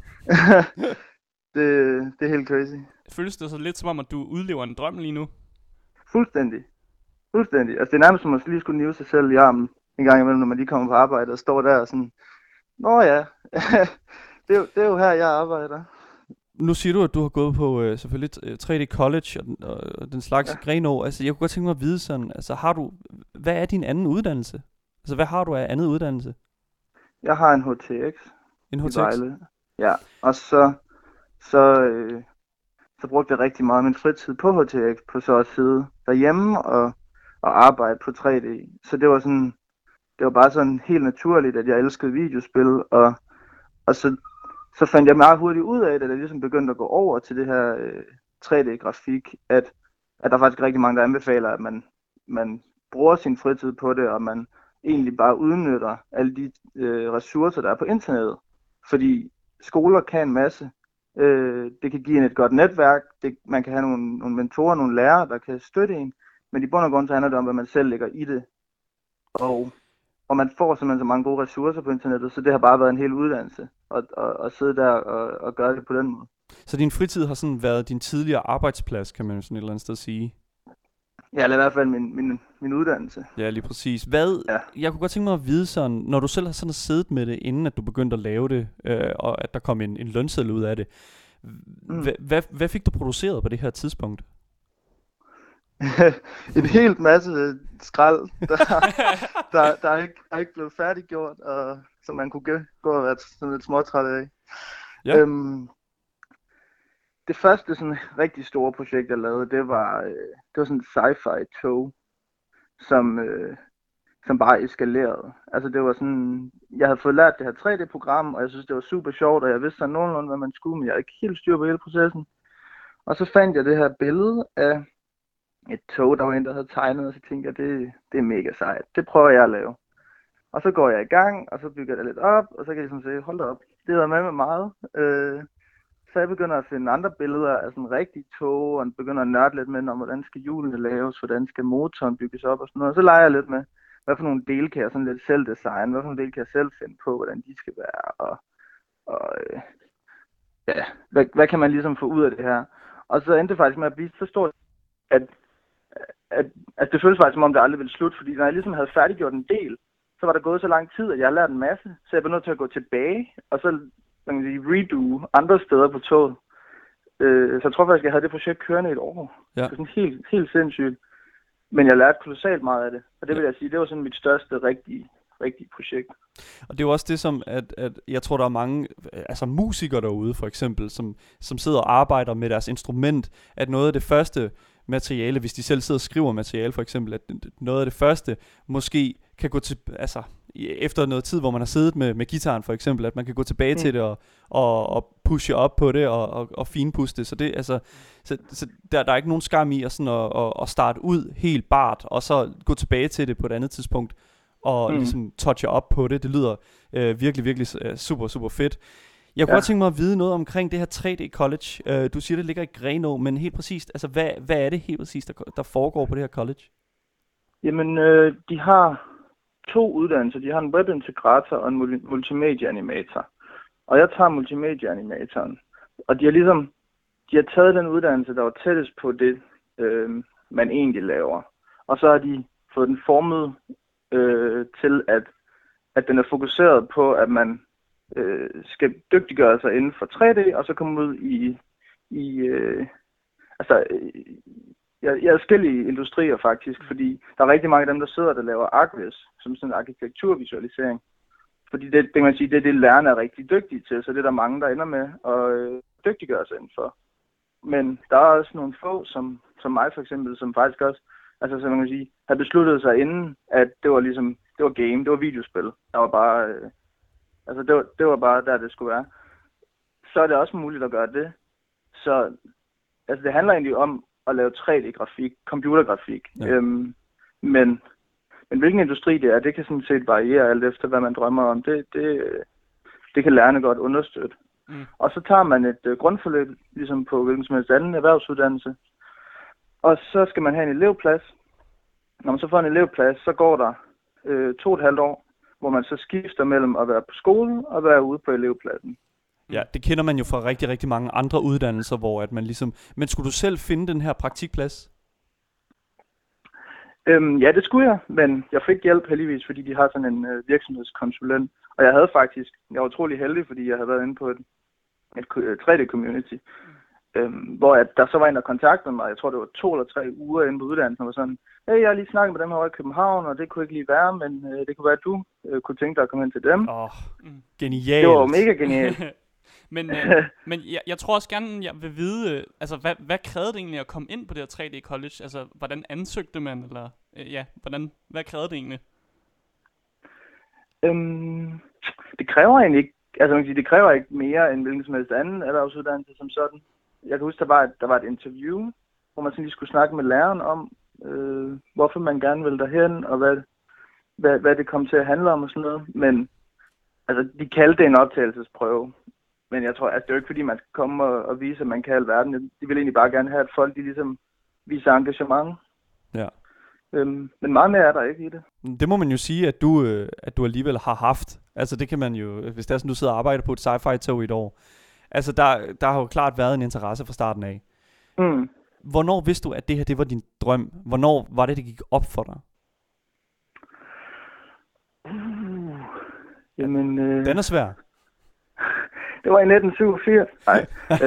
det er helt crazy. Føles det så lidt som om, at du udlever en drøm lige nu? Fuldstændig. Altså det er nærmest som at lige skulle nive sig selv i armen en gang imellem, når man lige kommer på arbejde og står der og sådan, nå ja, det er jo her, jeg arbejder. Nu siger du, at du har gået på selvfølgelig 3D College og den slags Grenaa. Altså, jeg kunne godt tænke mig at vide sådan, altså hvad er din anden uddannelse? Altså, hvad har du af andet uddannelse? Jeg har en HTX. En HTX? I Vejle. Ja, og så brugte jeg rigtig meget af min fritid på HTX, på så at sidde derhjemme og arbejde på 3D. Så det var bare sådan helt naturligt, at jeg elskede videospil, og så fandt jeg meget hurtigt ud af, at jeg ligesom begyndte at gå over til det her 3D-grafik, at der faktisk rigtig mange, der anbefaler, at man bruger sin fritid på det, og man egentlig bare udnytter alle de ressourcer, der er på internettet. Fordi skoler kan en masse. Det kan give en et godt netværk, man kan have nogle mentorer, nogle lærere, der kan støtte en, Men i bund og grund så handler det om, hvad man selv lægger i det. Og man får simpelthen så mange gode ressourcer på internettet, så det har bare været en hel uddannelse at sidde der og gøre det på den måde. Så din fritid har sådan været din tidligere arbejdsplads, kan man jo sådan et eller andet sted sige? Ja, eller i hvert fald min uddannelse. Ja, lige præcis. Jeg kunne godt tænke mig at vide sådan, når du selv har sådan siddet med det, inden at du begyndte at lave det, og at der kom en lønseddel ud af det. Hvad fik du produceret på det her tidspunkt? En helt masse skrald, der er ikke blevet færdiggjort, og som man kunne gå og være sådan lidt småtræt af. Ja. Det første sådan rigtig store projekt, jeg lavede, det var sådan et sci-fi tog, som bare eskalerede. Altså det var sådan, jeg havde fået lært det her 3D-program, og jeg synes det var super sjovt, og jeg vidste sådan nogenlunde, hvad man skulle, men jeg havde ikke helt styr på hele processen. Og så fandt jeg det her billede af et tog, der var en, der havde tegnet, og så tænkte jeg, det er mega sejt. Det prøver jeg at lave. Og så går jeg i gang, og så bygger jeg det lidt op, og så kan jeg sådan sige, hold da op, det hedder med meget. Så jeg begynder at finde andre billeder af sådan rigtige tog, og begynder at nørde lidt med om, hvordan skal hjulene laves, hvordan skal motoren bygges op og sådan noget. Og så leger jeg lidt med, hvad for nogle dele kan jeg sådan lidt selv designe, hvad for nogle dele kan jeg selv finde på, hvordan de skal være, ja, hvad kan man ligesom få ud af det her. Og så endte det faktisk med at blive så stort, at det føltes faktisk som om det aldrig ville slutte, fordi når jeg ligesom havde færdiggjort en del, så var der gået så lang tid, at jeg har lært en masse, så jeg blev nødt til at gå tilbage, og så kan sige, redo andre steder på toget. Så jeg tror faktisk, jeg havde det projekt kørende i et år. Ja. Det var sådan helt sindssygt. Men jeg lærte kolossalt meget af det, og det vil jeg sige, det var sådan mit største rigtige projekt. Og det er jo også det som, at jeg tror, der er mange musikere derude, for eksempel, som sidder og arbejder med deres instrument, at noget af det første materiale, hvis de selv sidder og skriver materiale, for eksempel, at noget af det første måske kan gå til, efter noget tid, hvor man har siddet med guitaren, for eksempel, at man kan gå tilbage til det og pushe op på det og finpudse det. Så det, så der er ikke nogen skam i at starte ud helt bart, og så gå tilbage til det på et andet tidspunkt, og ligesom touche op på det. Det lyder virkelig, virkelig super, super fedt. Jeg kunne godt tænke mig at vide noget omkring det her 3D College. Du siger, det ligger i Grenaa, men helt præcist, hvad er det helt præcist, der foregår på det her college? Jamen, de har 2 uddannelser. De har en webintegrator og en multimedia animator. Og jeg tager multimedia animatoren. Og de har taget den uddannelse, der var tættest på det, man egentlig laver. Og så har de fået den formet til, at den er fokuseret på, at man skal dygtiggøre sig inden for 3D, og så komme ud i forskellige industrier faktisk, fordi der er rigtig mange af dem, der sidder og laver ArcVis, som sådan en arkitekturvisualisering. Fordi det kan man sige, det er det, lærerne er rigtig dygtige til, så det er der mange, der ender med at dygtiggøre sig indenfor. Men der er også nogle få, som mig for eksempel, som faktisk også, så man kan sige, har besluttet sig inden, at det var ligesom, det var game, det var videospil. Der var bare, det var bare der, det skulle være. Så er det også muligt at gøre det. Så det handler egentlig om at lave 3D-grafik, computergrafik. Ja. Men hvilken industri det er, det kan sådan set variere alt efter, hvad man drømmer om. Det kan lærerne godt understøtte. Og så tager man et grundforløb, ligesom på hvilken som helst anden erhvervsuddannelse. Og så skal man have en elevplads. Når man så får en elevplads, så går der 2,5 år, hvor man så skifter mellem at være på skole og være ude på elevpladsen. Ja, det kender man jo fra rigtig, rigtig mange andre uddannelser, hvor at man ligesom... Men skulle du selv finde den her praktikplads? Ja, det skulle jeg, men jeg fik hjælp heldigvis, fordi de har sådan en virksomhedskonsulent. Og jeg var utrolig heldig, fordi jeg havde været inde på et 3D-community, hvor der så var en, der kontaktede mig. Jeg tror, det var 2 eller 3 uger inde på uddannelsen, og var sådan, hey, jeg har lige snakket med dem her i København, og det kunne ikke lige være, men det kunne være, at du kunne tænke dig at komme ind til dem. Genialt. Det var mega genialt. men jeg tror også gerne, jeg vil vide, hvad krævede det egentlig at komme ind på det her 3D College? Altså, hvordan ansøgte man, eller hvad krævede det egentlig? Det kræver egentlig ikke, man kan sige, det kræver ikke mere end hvilken som helst anden erhvervsuddannelse som sådan. Jeg kan huske, der var et interview, hvor man sådan lige skulle snakke med læreren om, hvorfor man gerne ville derhen, og hvad det kom til at handle om og sådan noget. Men de kaldte det en optagelsesprøve. Men jeg tror, det er jo ikke fordi, man skal komme og vise, at man kan alverden. De vil egentlig bare gerne have, at folk de ligesom viser engagement. Ja. Men meget mere er der ikke i det. Det må man jo sige, at du alligevel har haft. Altså det kan man jo, hvis det er sådan, du sidder og arbejder på et sci-fi-tog i et år. Altså der har jo klart været en interesse fra starten af. Hvornår vidste du, at det her, det var din drøm? Hvornår var det gik op for dig? Jamen, Den er svær. Det var i 1987. Nej.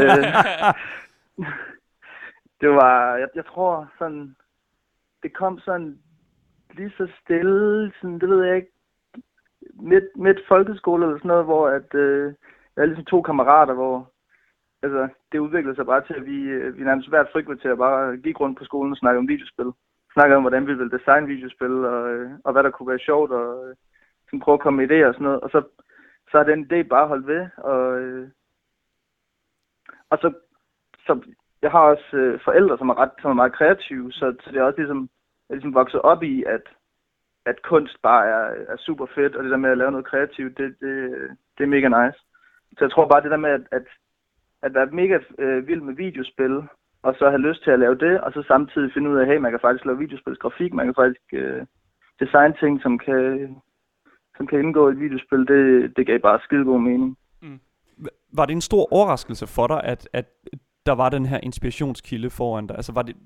Det var, jeg tror sådan, det kom sådan lige så stille, sådan, det ved jeg ikke, midt folkeskole eller sådan noget, hvor at, jeg havde ligesom 2 kammerater, hvor altså, det udviklede sig bare til, at vi nærmest hvert frikvarter bare gik rundt på skolen og snakkede om videospil. Snakkede om, hvordan vi ville designe videospil, og hvad der kunne være sjovt, og sådan prøve at komme med idéer og sådan noget. Og så har den idé bare holdt ved, og så jeg har også forældre, som er meget kreative, så det er også ligesom, jeg er ligesom vokset op i, at kunst bare er super fedt, og det der med at lave noget kreativt, det er mega nice. Så jeg tror bare, det der med at være mega vild med videospil, og så have lyst til at lave det, og så samtidig finde ud af, hey, man kan faktisk lave videospilsgrafik, man kan faktisk designe ting, som kan indgå i et videospil, det gav bare skide god mening. Var det en stor overraskelse for dig, at der var den her inspirationskilde foran dig? Altså var det,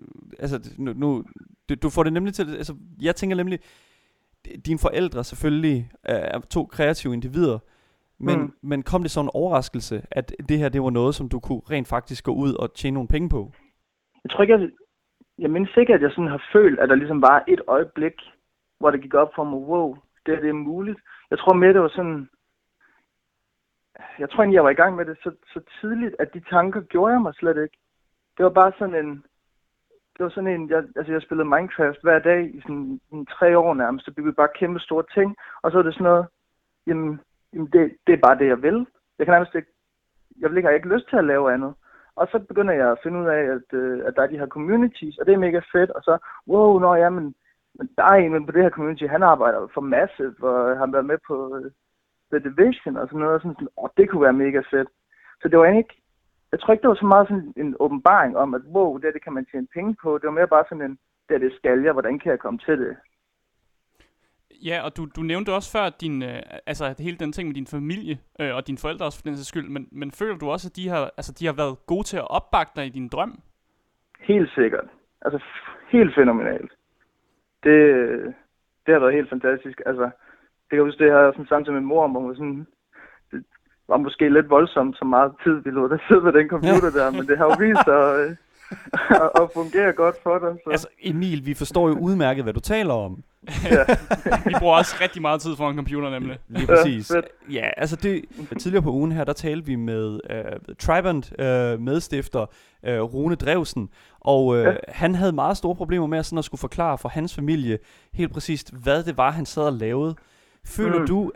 du får det nemlig til, altså jeg tænker nemlig, dine forældre selvfølgelig er 2 kreative individer, men kom det så en overraskelse, at det her, det var noget, som du kunne rent faktisk gå ud og tjene nogle penge på? Jeg tror ikke, jeg mindes ikke, at jeg sådan har følt, at der ligesom var et øjeblik, hvor det gik op for mig, wow, det er muligt. Jeg tror mere, det var sådan, jeg tror egentlig, jeg var i gang med det så tidligt, at de tanker gjorde jeg mig slet ikke. Det var bare sådan jeg spillede Minecraft hver dag i sådan 3 år nærmest, så byggede bare kæmpe store ting, og så var det sådan noget, jamen det er bare det, jeg vil. Jeg kan nærmest ikke, jeg har ikke lyst til at lave andet. Og så begynder jeg at finde ud af, at der er de her communities, og det er mega fedt, og så, wow, men der er en på det her community, han arbejder for Massive, og har været med på The Division og sådan noget, og sådan, det kunne være mega fedt. Så det var ikke, jeg tror ikke, det var så meget sådan en åbenbaring om, at wow, det kan man tjene penge på. Det var mere bare sådan det skal jeg, hvordan kan jeg komme til det? Ja, og du nævnte også før altså hele den ting med din familie og dine forældre også for den sags skyld, men føler du også, at de har været gode til at opbakke dig i din drøm? Helt sikkert. Altså helt fænomenalt. Det har været helt fantastisk. Altså, det kan jeg huske, det her sådan samtidig med mor, hvor sådan, det var måske lidt voldsomt, så meget tid vi lå der sidde ved den computer der, men det har jo vist sig at fungere godt for dig. Så. Altså Emil, vi forstår jo udmærket, hvad du taler om. Ja. Vi bruger også rigtig meget tid foran computer nemlig. Lige præcis. Ja, altså tidligere på ugen her, der talte vi med Triband medstifter Rune Drewsen, og han havde meget store problemer med sådan at skulle forklare for hans familie helt præcist, hvad det var, han sad og lavede. Føler du,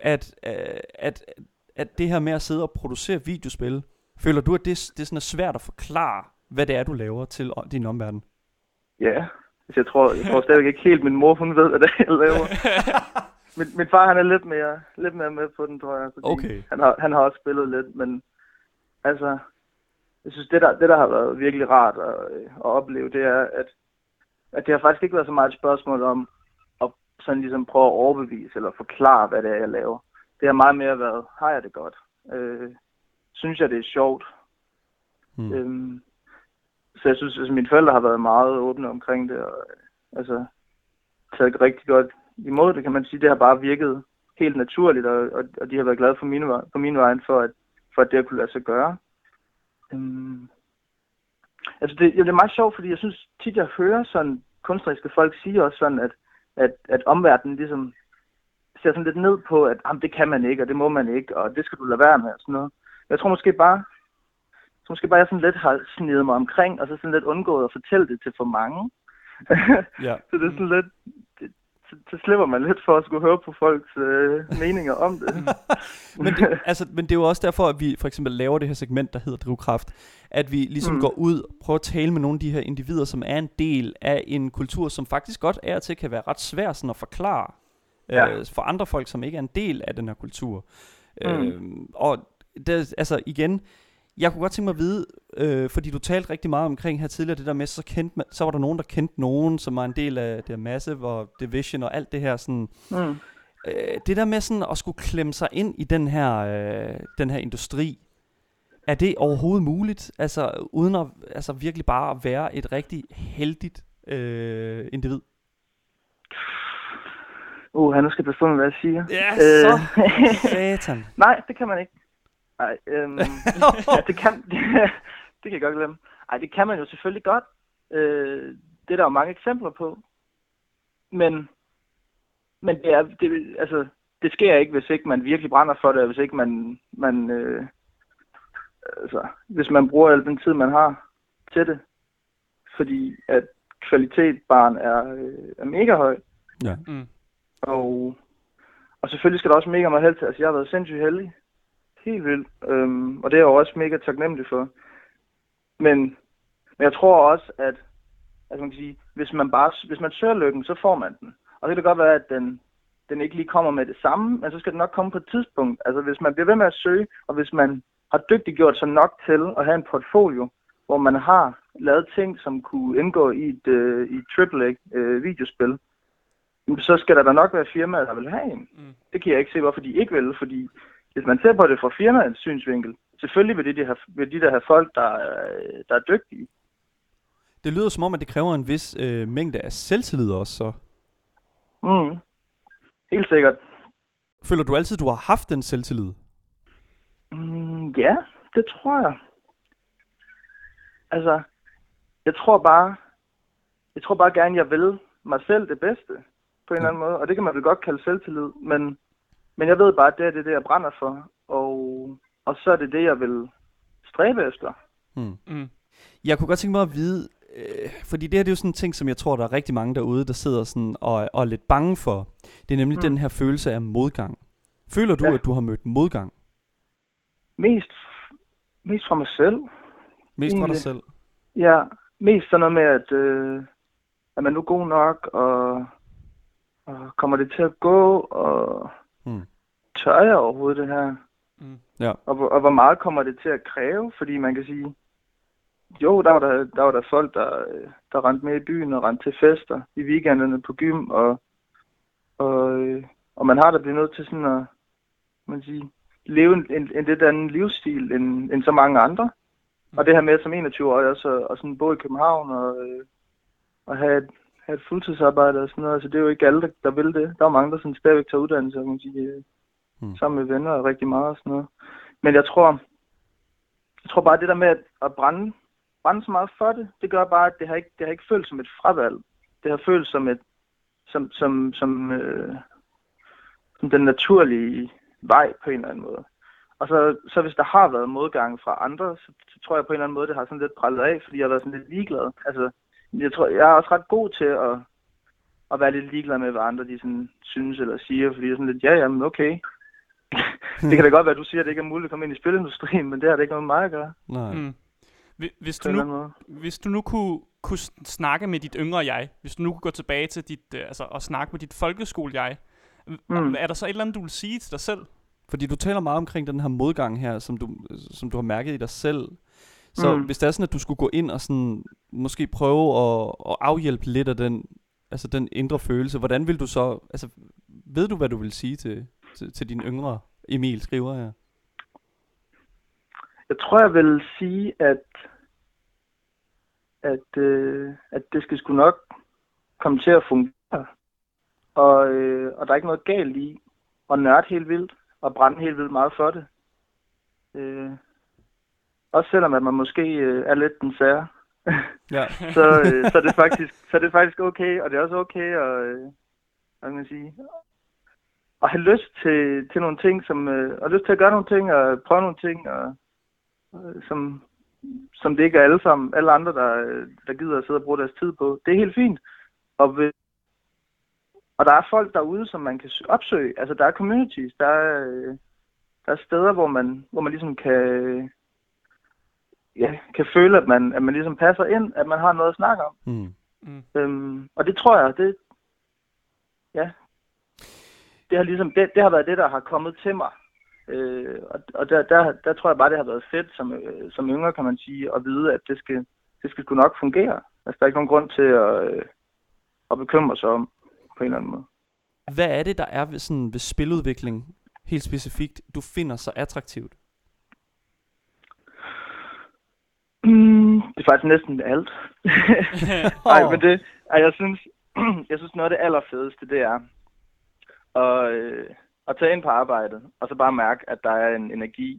at det her med at sidde og producere videospil, føler du, at det sådan er svært at forklare, hvad det er, du laver til din omverden? Ja, jeg tror stadigvæk ikke helt, min mor, hun ved, hvad det er, jeg laver. min far, han er lidt mere med på den, tror jeg. Okay. Han har også spillet lidt, men altså, jeg synes, det der har været virkelig rart at opleve, det er, at det har faktisk ikke været så meget et spørgsmål om at sådan ligesom prøve at overbevise eller forklare, hvad det er, jeg laver. Det har meget mere været, har jeg det godt? Synes jeg, det er sjovt? Så jeg synes, at mine forældre har været meget åbne omkring det, og altså taget rigtig godt imod det, kan man sige. Det har bare virket helt naturligt, og de har været glade for min vejen for at det at kunne lade sig gøre. Altså det er meget sjovt, fordi jeg synes tit, jeg hører sådan kunstneriske folk sige også sådan, at omverdenen ligesom ser sådan lidt ned på, at det kan man ikke, og det må man ikke, og det skal du lade være med, og sådan noget. Jeg tror måske bare, jeg sådan lidt har snedet mig omkring, og så sådan lidt undgået at fortælle det til for mange. Ja. Så det er sådan lidt, så slipper man lidt for at skulle høre på folks meninger om det. men det er jo også derfor, at vi for eksempel laver det her segment, der hedder Drivkraft, at vi ligesom går ud og prøver at tale med nogle af de her individer, som er en del af en kultur, som faktisk godt er til kan være ret svær sådan at forklare for andre folk, som ikke er en del af den her kultur. Og det, altså igen, Jeg kunne godt tænke mig at vide, fordi du talte rigtig meget omkring her tidligere, det der med, så var der nogen, der kendte nogen, som var en del af det Massive og Division og alt det her sådan. Det der med sådan at skulle klemme sig ind i den her industri, er det overhovedet muligt? Altså uden at virkelig bare at være et rigtig heldigt individ? Nu skal jeg passe på med, hvad jeg siger. Ja, så satan. Nej, det kan man ikke. Nej, det kan jeg godt glemme. Ej, det kan man jo selvfølgelig godt. Det er der jo mange eksempler på. Men det sker ikke, hvis ikke man virkelig brænder for det, og hvis ikke hvis man bruger al den tid, man har til det. Fordi at kvalitet barn er mega høj. Ja. Og selvfølgelig skal der også mega meget held til. Altså, jeg har været sindssygt heldig. Helt vildt. Og det er jeg jo også mega taknemmelig for. Men jeg tror også, at man kan sige, hvis man søger lykken, så får man den. Og det kan godt være, at den ikke lige kommer med det samme, men så skal den nok komme på et tidspunkt. Altså hvis man bliver ved med at søge, og hvis man har dygtiggjort sig nok til at have en portfolio, hvor man har lavet ting, som kunne indgå i et AAA-videospil, så skal der da nok være firmaer, der vil have en. Det kan jeg ikke se, hvorfor de ikke vil, fordi hvis man ser på det fra firmaets synsvinkel, selvfølgelig vil de der have folk, der er dygtige. Det lyder som om, at det kræver en vis mængde af selvtillid også, så. Helt sikkert. Føler du altid, du har haft den selvtillid? Ja, det tror jeg. Altså, jeg tror bare gerne, jeg vil mig selv det bedste, på en eller anden måde. Og det kan man vel godt kalde selvtillid, men jeg ved bare, at det er det, jeg brænder for. Og så er det det, jeg vil stræbe efter. Jeg kunne godt tænke mig at vide, fordi det her det er jo sådan en ting, som jeg tror, der er rigtig mange derude, der sidder sådan og er lidt bange for. Det er nemlig den her følelse af modgang. Føler du, at du har mødt modgang? Mest fra mig selv. Mest fra dig selv? Ja, mest sådan noget med, at man nu er god nok, og kommer det til at gå, og tør jeg overhovedet det her? Ja. Og hvor meget kommer det til at kræve? Fordi man kan sige, jo, der var der folk, der rendte med i byen og rendte til fester i weekenderne på gym, og man har da blivet nødt til sådan at leve en lidt anden livsstil end så mange andre. Og det her med som 21-årig også at sådan bo i København og have et fuldtidsarbejde og sådan noget, altså det er jo ikke alle, der vil det. Der er mange, der sådan stadigvæk tager uddannelse, kan man sige, sammen med venner og rigtig meget og sådan noget. Men jeg tror bare, det der med at brænde så meget for det gør bare, at det har ikke følt som et fravalg. Det har følt som den naturlige vej på en eller anden måde. Og så hvis der har været modgang fra andre, så tror jeg på en eller anden måde, det har sådan lidt prallet af, fordi jeg har været sådan lidt ligeglad. Altså, jeg er også ret god til at være lidt ligeglad med, hvad andre de sådan synes eller siger, fordi jeg er sådan lidt, jamen okay. Det kan da godt være, at du siger, at det ikke er muligt at komme ind i spilindustrien, men det har det ikke noget med mig at gøre. Nej. Hvis du nu kunne snakke med dit yngre jeg, hvis du nu kunne gå tilbage til dit, og snakke med dit folkeskole-jeg, er der så et eller andet, du vil sige til dig selv? Fordi du taler meget omkring den her modgang her, som du har mærket i dig selv. Så hvis det er sådan, at du skulle gå ind og sådan, måske prøve at afhjælpe lidt af den indre følelse, hvordan vil du så, altså ved du, hvad du vil sige til din yngre Emil skriver her? Jeg tror, jeg vil sige, at det skal sgu nok komme til at fungere. Og der er ikke noget galt i at nørde helt vildt og brænde helt vildt meget for det. Også selvom at man måske er lidt den sære. Ja. så er det faktisk okay, og det er også okay at, hvad kan man sige, at have lyst til nogle ting, og lyst til at gøre nogle ting og prøve nogle ting, og som det ikke er alle andre, der gider at sidde og bruge deres tid på. Det er helt fint. Og der er folk derude, som man kan opsøge. Altså, der er communities, der er steder, hvor man ligesom kan føle, at man ligesom passer ind, at man har noget at snakke om. Og det tror jeg, det har ligesom, det har været det, der har kommet til mig Og der tror jeg bare, det har været fedt som yngre, kan man sige, at vide, at det skal sgu nok fungere. Altså, der er ikke nogen grund til at bekymre sig om, på en eller anden måde. Hvad er det, der er ved spiludvikling, helt specifikt, du finder så attraktivt? Det er faktisk næsten alt. Nej, men jeg synes noget af det allerfedeste, det er at tage ind på arbejdet, og så bare mærke, at der er en energi.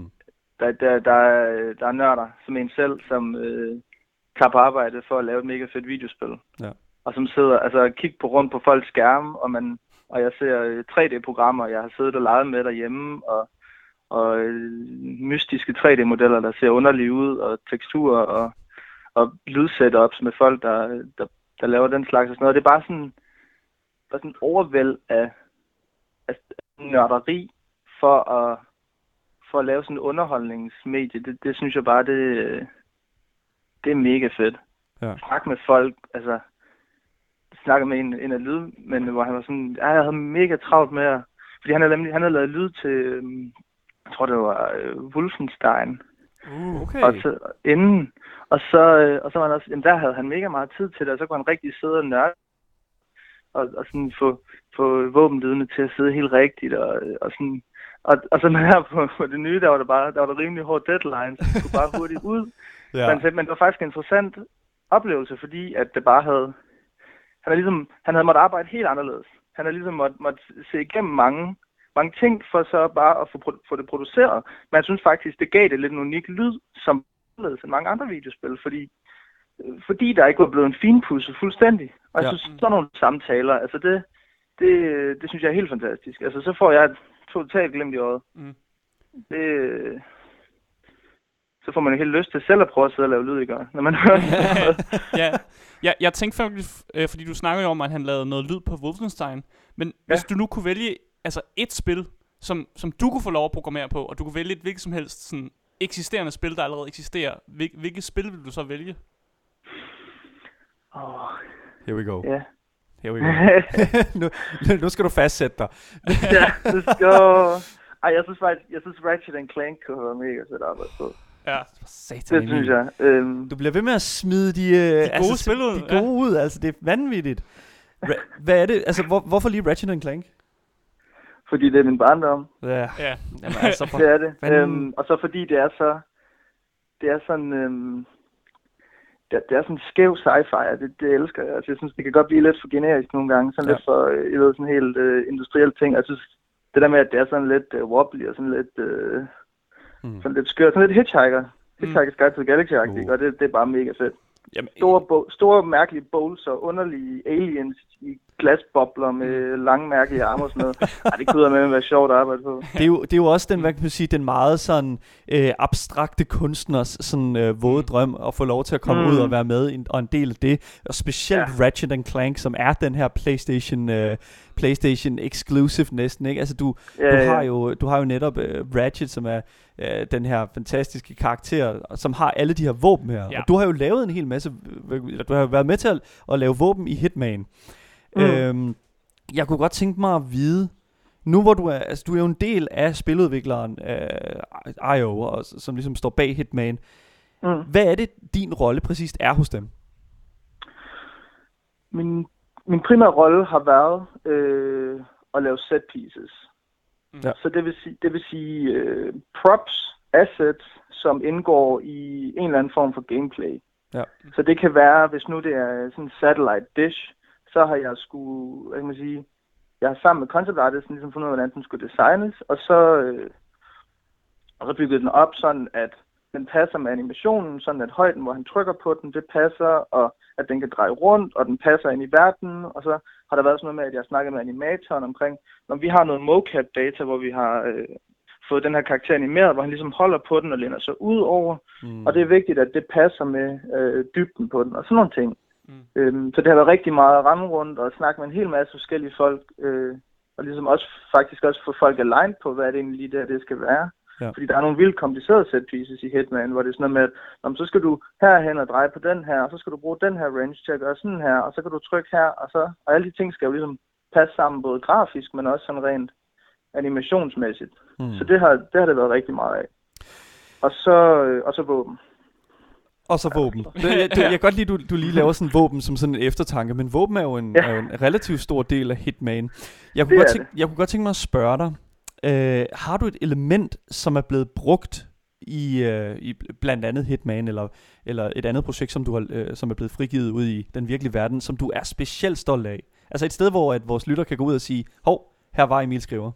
Der er nørder, som en selv, som tager på arbejde for at lave et mega fedt videospil. Ja. Og som sidder, altså kigger rundt på folks skærme, og jeg ser 3D-programmer, jeg har siddet og leget med derhjemme, og mystiske 3D-modeller, der ser underlige ud, og teksturer, og lydsetups med folk, der laver den slags og sådan noget. Det er bare sådan overvæld af nørderi for at lave sådan en underholdningsmedie. Det synes jeg bare, det er mega fedt. Ja. Snakke med folk, altså snakke med en af lydmændene, hvor han var sådan, jeg havde mega travlt med fordi han havde lavet lyd til, jeg tror det var Wolfenstein. Okay. Og så inden, og så var han også, jamen der havde han mega meget tid til det, og så kunne han rigtig sidde og nørde, og sådan få våbenlydene til at sidde helt rigtigt, og sådan, og så her på det nye, der var der rimelig hård deadline, så det kunne bare hurtigt ud. Ja. Men det var faktisk en interessant oplevelse, fordi at det bare havde, han havde måttet arbejde helt anderledes. Han havde ligesom måtte se igennem mange ting, for så bare at få det produceret. Men jeg synes faktisk, det gav det lidt en unik lyd, som anderledes end mange andre videospil, fordi der ikke var blevet en finpudset fuldstændig. Og jeg synes, sådan nogle samtaler, altså det synes jeg er helt fantastisk. Altså så får jeg et totalt glimt i øjet. Så får man jo helt lyst til selv at prøve at sidde og lave lyd, ikke? Når man hører Ja, jeg tænkte faktisk, fordi du snakkede jo om, at han lavede noget lyd på Wolfenstein, men hvis du nu kunne vælge altså et spil, som du kunne få lov at programmere på, og du kunne vælge et hvilket som helst sådan eksisterende spil, der allerede eksisterer, hvilket spil vil du så vælge? Here we go. Yeah. Here we go. nu skal du fastsætte dig. Ja, let's go. Ej, jeg synes Ratchet & Clank kunne være mega fedt arbejde på. Ja, satan, det synes jeg. Du bliver ved med at smide de gode spil ud. De gode ud, altså det er vanvittigt. Hvad er det? Altså hvorfor lige Ratchet & Clank? Fordi det er min barndom. Ja. Jamen, altså, det er det. Og så fordi det er sådan det er sådan skæv sci-fi, og det elsker jeg. Altså jeg synes det kan godt blive lidt for generisk nogle gange, sådan lidt for sådan helt industrielle ting. Jeg synes det der med at det er sådan lidt wobbly og sådan lidt sådan lidt skørt, sådan lidt Hitchhiker's Guide to the Galaxy-agtigt, og det er bare mega fedt. Jamen, store mærkelige bowls og underlige aliens i glasbobler med lange mærkelige arme og sådan noget. Det kunne da med at være sjovt at arbejde på. Det er jo også den, hvad kan man sige, den meget sådan abstrakte kunstners sådan våde drøm at få lov til at komme ud og være med og en del af det. Og specielt Ratchet & Clank, som er den her PlayStation exclusive næsten, ikke? Altså du har jo netop Ratchet, som er den her fantastiske karakter, som har alle de her våben her. Og du har jo lavet en hel masse, du har jo været med til at lave våben i Hitman. Jeg kunne godt tænke mig at vide, nu hvor du er jo en del af spiludvikleren IO, og som ligesom står bag Hitman. Hvad er det din rolle præcist er hos dem? Min primære rolle har været at lave set pieces. Ja. Så det vil sige props, assets, som indgår i en eller anden form for gameplay. Ja. Så det kan være, hvis nu det er sådan en satellite dish, så har jeg har sammen med concept artisten ligesom fundet ud af, hvordan den skulle designes, og så bygget den op sådan, at den passer med animationen, sådan at højden, hvor han trykker på den, det passer, og at den kan dreje rundt, og den passer ind i verden, og så har der været sådan noget med, at jeg har snakket med animatoren omkring, når vi har noget mocap data, hvor vi har fået den her karakter animeret, hvor han ligesom holder på den og læner sig ud over, og det er vigtigt, at det passer med dybden på den, og sådan nogle ting. Så det har været rigtig meget at ramme rundt og snakke med en hel masse forskellige folk, og ligesom faktisk også få folk aligned på, hvad det egentlig lige det skal være. Ja. Fordi der er nogle vildt komplicerede set pieces i Hitman, hvor det er sådan noget med, at så skal du herhen og dreje på den her, og så skal du bruge den her range til at gøre sådan her, og så kan du trykke her, og alle de ting skal jo ligesom passe sammen, både grafisk, men også sådan rent animationsmæssigt. Så det har det været rigtig meget af. Og så våben. Og så våben. Jeg kan godt lide, du lige laver sådan våben som sådan en eftertanke, men våben er jo en relativt stor del af Hitman. Jeg kunne godt tænke mig at spørge dig, har du et element, som er blevet brugt i blandt andet Hitman, eller et andet projekt, som som er blevet frigivet ud i den virkelige verden, som du er specielt stolt af? Altså et sted, hvor at vores lytter kan gå ud og sige, hov, her var Emil Skriver.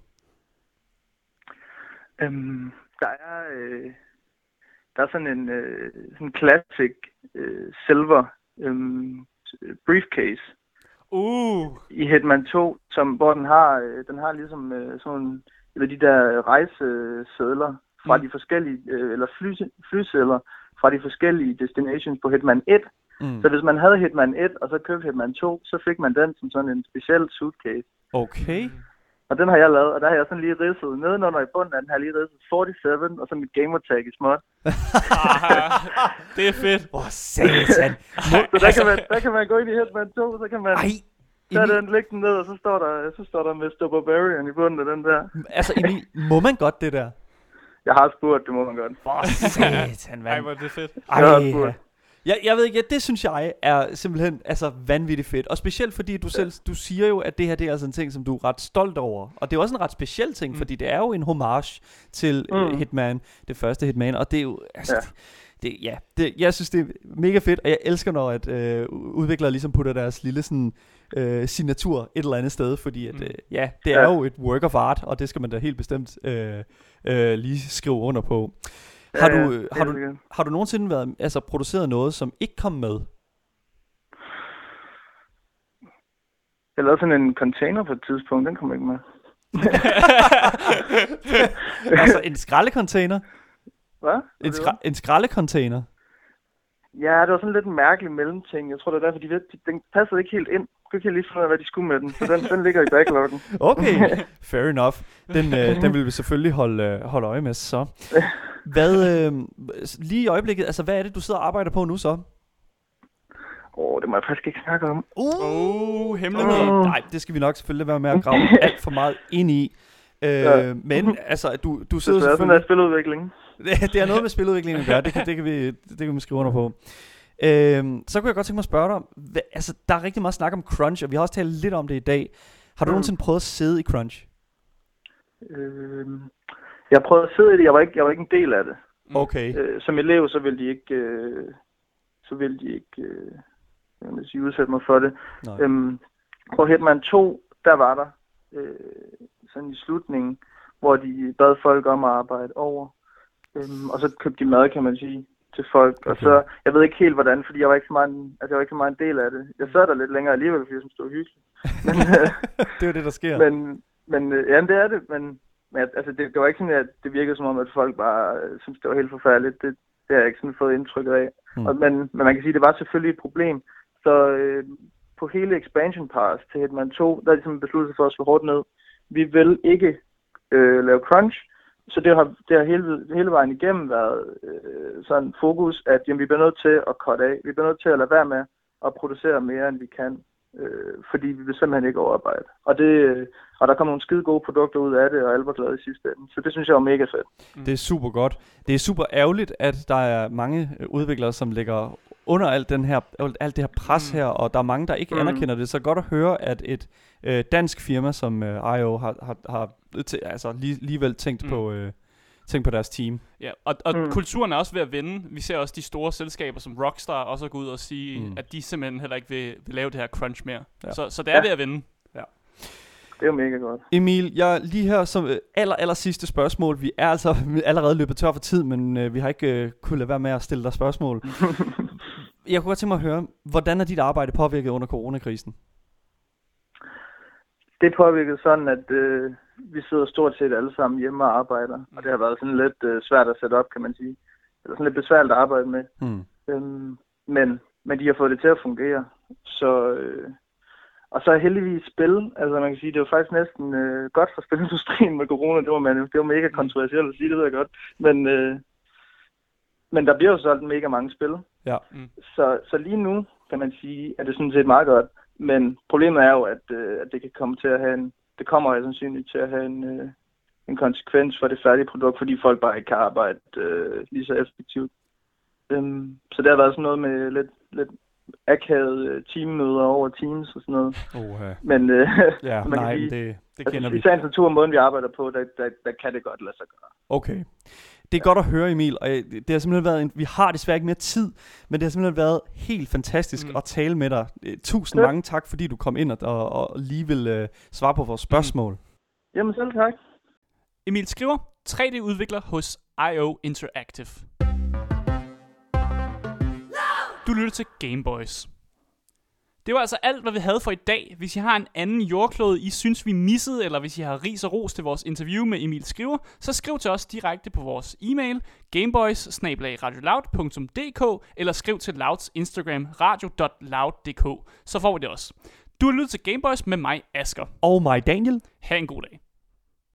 Der er sådan en sådan classic silver briefcase i Hitman 2, hvor den har ligesom sådan eller de der rejsesedler fra de forskellige eller flysedler fra de forskellige destinations på Hitman 1. Så hvis man havde Hitman 1 og så købte Hitman 2, så fik man den som sådan en speciel suitcase. Okay. Og den har jeg lavet, og der har jeg sådan lige ridset nedenunder i bunden af den, har jeg lige ridset 47, og så mit gamertag i småt. Det er fedt. Satan. Så der kan man gå ind i Hitman 2, så kan man tage den, lægge den ned, og så står der Mr. Barbarian i bunden af den der. Altså Emil, må man godt det der? Jeg har spurgt, det må man godt. Satan, Ej, hvor er det fedt. Jeg ved ikke, det synes jeg er simpelthen vanvittigt fedt. Og specielt fordi du siger jo, at det her det er altså en ting, som du er ret stolt over. Og det er også en ret speciel ting, fordi det er jo en homage til Hitman, det første Hitman. Og det er jo, jeg synes det er mega fedt, og jeg elsker når at udviklere ligesom putter deres lille sådan signatur et eller andet sted, fordi at, det er jo et work of art, og det skal man da helt bestemt lige skrive under på. Har du nogensinde været produceret noget, som ikke kom med? Jeg lavede sådan en container på et tidspunkt, den kom ikke med. Altså en skraldecontainer? Hvad? En skraldecontainer? Ja, det var sådan lidt en mærkelig mellemting. Jeg tror, det er derfor, den passede ikke helt ind. Jeg kunne ikke lige finde ud af, hvad de skulle med den. Så den ligger i backloggen. Okay, fair enough. Den vil vi selvfølgelig holde øje med, så. Lige i øjeblikket, altså hvad er det, du sidder og arbejder på nu så? Det må jeg faktisk ikke snakke om. Hemmelighed. Nej, det skal vi nok selvfølgelig være med at grave alt for meget ind i. Men altså, du sidder selvfølgelig... Det er sådan en spiludvikling. Det er noget med spiludviklingen at gøre, det kan vi skrive under på. Så kunne jeg godt tænke mig at spørge dig, der er rigtig meget snak om crunch, og vi har også talt lidt om det i dag. Har du nogensinde prøvet at sidde i crunch? Jeg prøvede at sidde i det, jeg var ikke en del af det. Okay. Som elev, så ville de ikke udsætte mig for det. På Hitman 2, der var der sådan i slutningen, hvor de bad folk om at arbejde over. Og så købte de mad, kan man sige, til folk. Okay. Og så, jeg ved ikke helt hvordan, fordi jeg var ikke så meget en del af det. Jeg sad der lidt længere alligevel, fordi jeg synes, det var hyggeligt. Men, det er jo det, der sker. Men det er det, men altså, det var ikke sådan, at det virkede som om, at folk bare synes, det var helt forfærdeligt. Det har jeg ikke sådan fået indtrykket af. Men man kan sige, at det var selvfølgelig et problem. Så på hele expansion pass til Hitman 2, der er de besluttet sig for at slå hårdt ned. Vi vil ikke lave crunch, så det har hele vejen igennem været sådan fokus, at vi bliver nødt til at cutte af. Vi bliver nødt til at lade være med at producere mere, end vi kan, fordi vi vil simpelthen ikke overarbejde. Og der kom nogle skide gode produkter ud af det, og alle var glade i sidste ende. Så det synes jeg var mega fedt. Det er super godt. Det er super ærgerligt, at der er mange udviklere, som ligger under alt det her pres her, og der er mange, der ikke anerkender det. Så godt at høre, at et dansk firma som IO har alligevel tænkt på deres team. Ja, og kulturen er også ved at vende. Vi ser også de store selskaber som Rockstar også gå ud og sige, at de simpelthen heller ikke vil lave det her crunch mere. Ja. Så det er ved at vende. Ja. Det er jo mega godt. Emil, jeg lige her som aller sidste spørgsmål. Vi er altså allerede løbet tør for tid, men vi har ikke kunnet lade være med at stille dig spørgsmål. Jeg kunne godt tænke mig at høre, hvordan er dit arbejde påvirket under coronakrisen? Det er påvirket sådan, at vi sidder stort set alle sammen hjemme og arbejder. Og det har været sådan lidt svært at sætte op, kan man sige. Eller sådan lidt besværligt at arbejde med. Men de har fået det til at fungere. Så... Og så er heldigvis spil, altså man kan sige, det er jo faktisk næsten godt for spilindustrien med corona, det var mega kontroversielt at sige, det ved jeg godt, men der bliver jo solgt mega mange spil, så lige nu kan man sige, at det sådan set meget godt, men problemet er jo, at det kan komme til at have det kommer jo sandsynligt til at have en konsekvens for det færdige produkt, fordi folk bare ikke kan arbejde lige så effektivt. Så det har været sådan noget med lidt akavet teammøder over Teams og sådan noget. Men ja, man nej, kan det sige, kender vi. I sagens natur, måden vi arbejder på, der kan det godt lade sig gøre. Okay. Det er godt at høre, Emil, og det har simpelthen været vi har desværre ikke mere tid, men det har simpelthen været helt fantastisk at tale med dig. Tusind mange tak, fordi du kom ind og lige vil svare på vores spørgsmål. Jamen selv tak. Emil Skriver, 3D-udvikler hos IO Interactive. Du lytter til Gameboys. Det var altså alt, hvad vi havde for i dag. Hvis I har en anden jordklode, I synes, vi missede, eller hvis I har ris og ros til vores interview med Emil Skriver, så skriv til os direkte på vores e-mail, gameboys@radioloud.dk, eller skriv til Louds Instagram, radio.loud.dk, så får vi det også. Du har lyttet til Gameboys med mig, Asger. Og mig, Daniel. Ha' en god dag.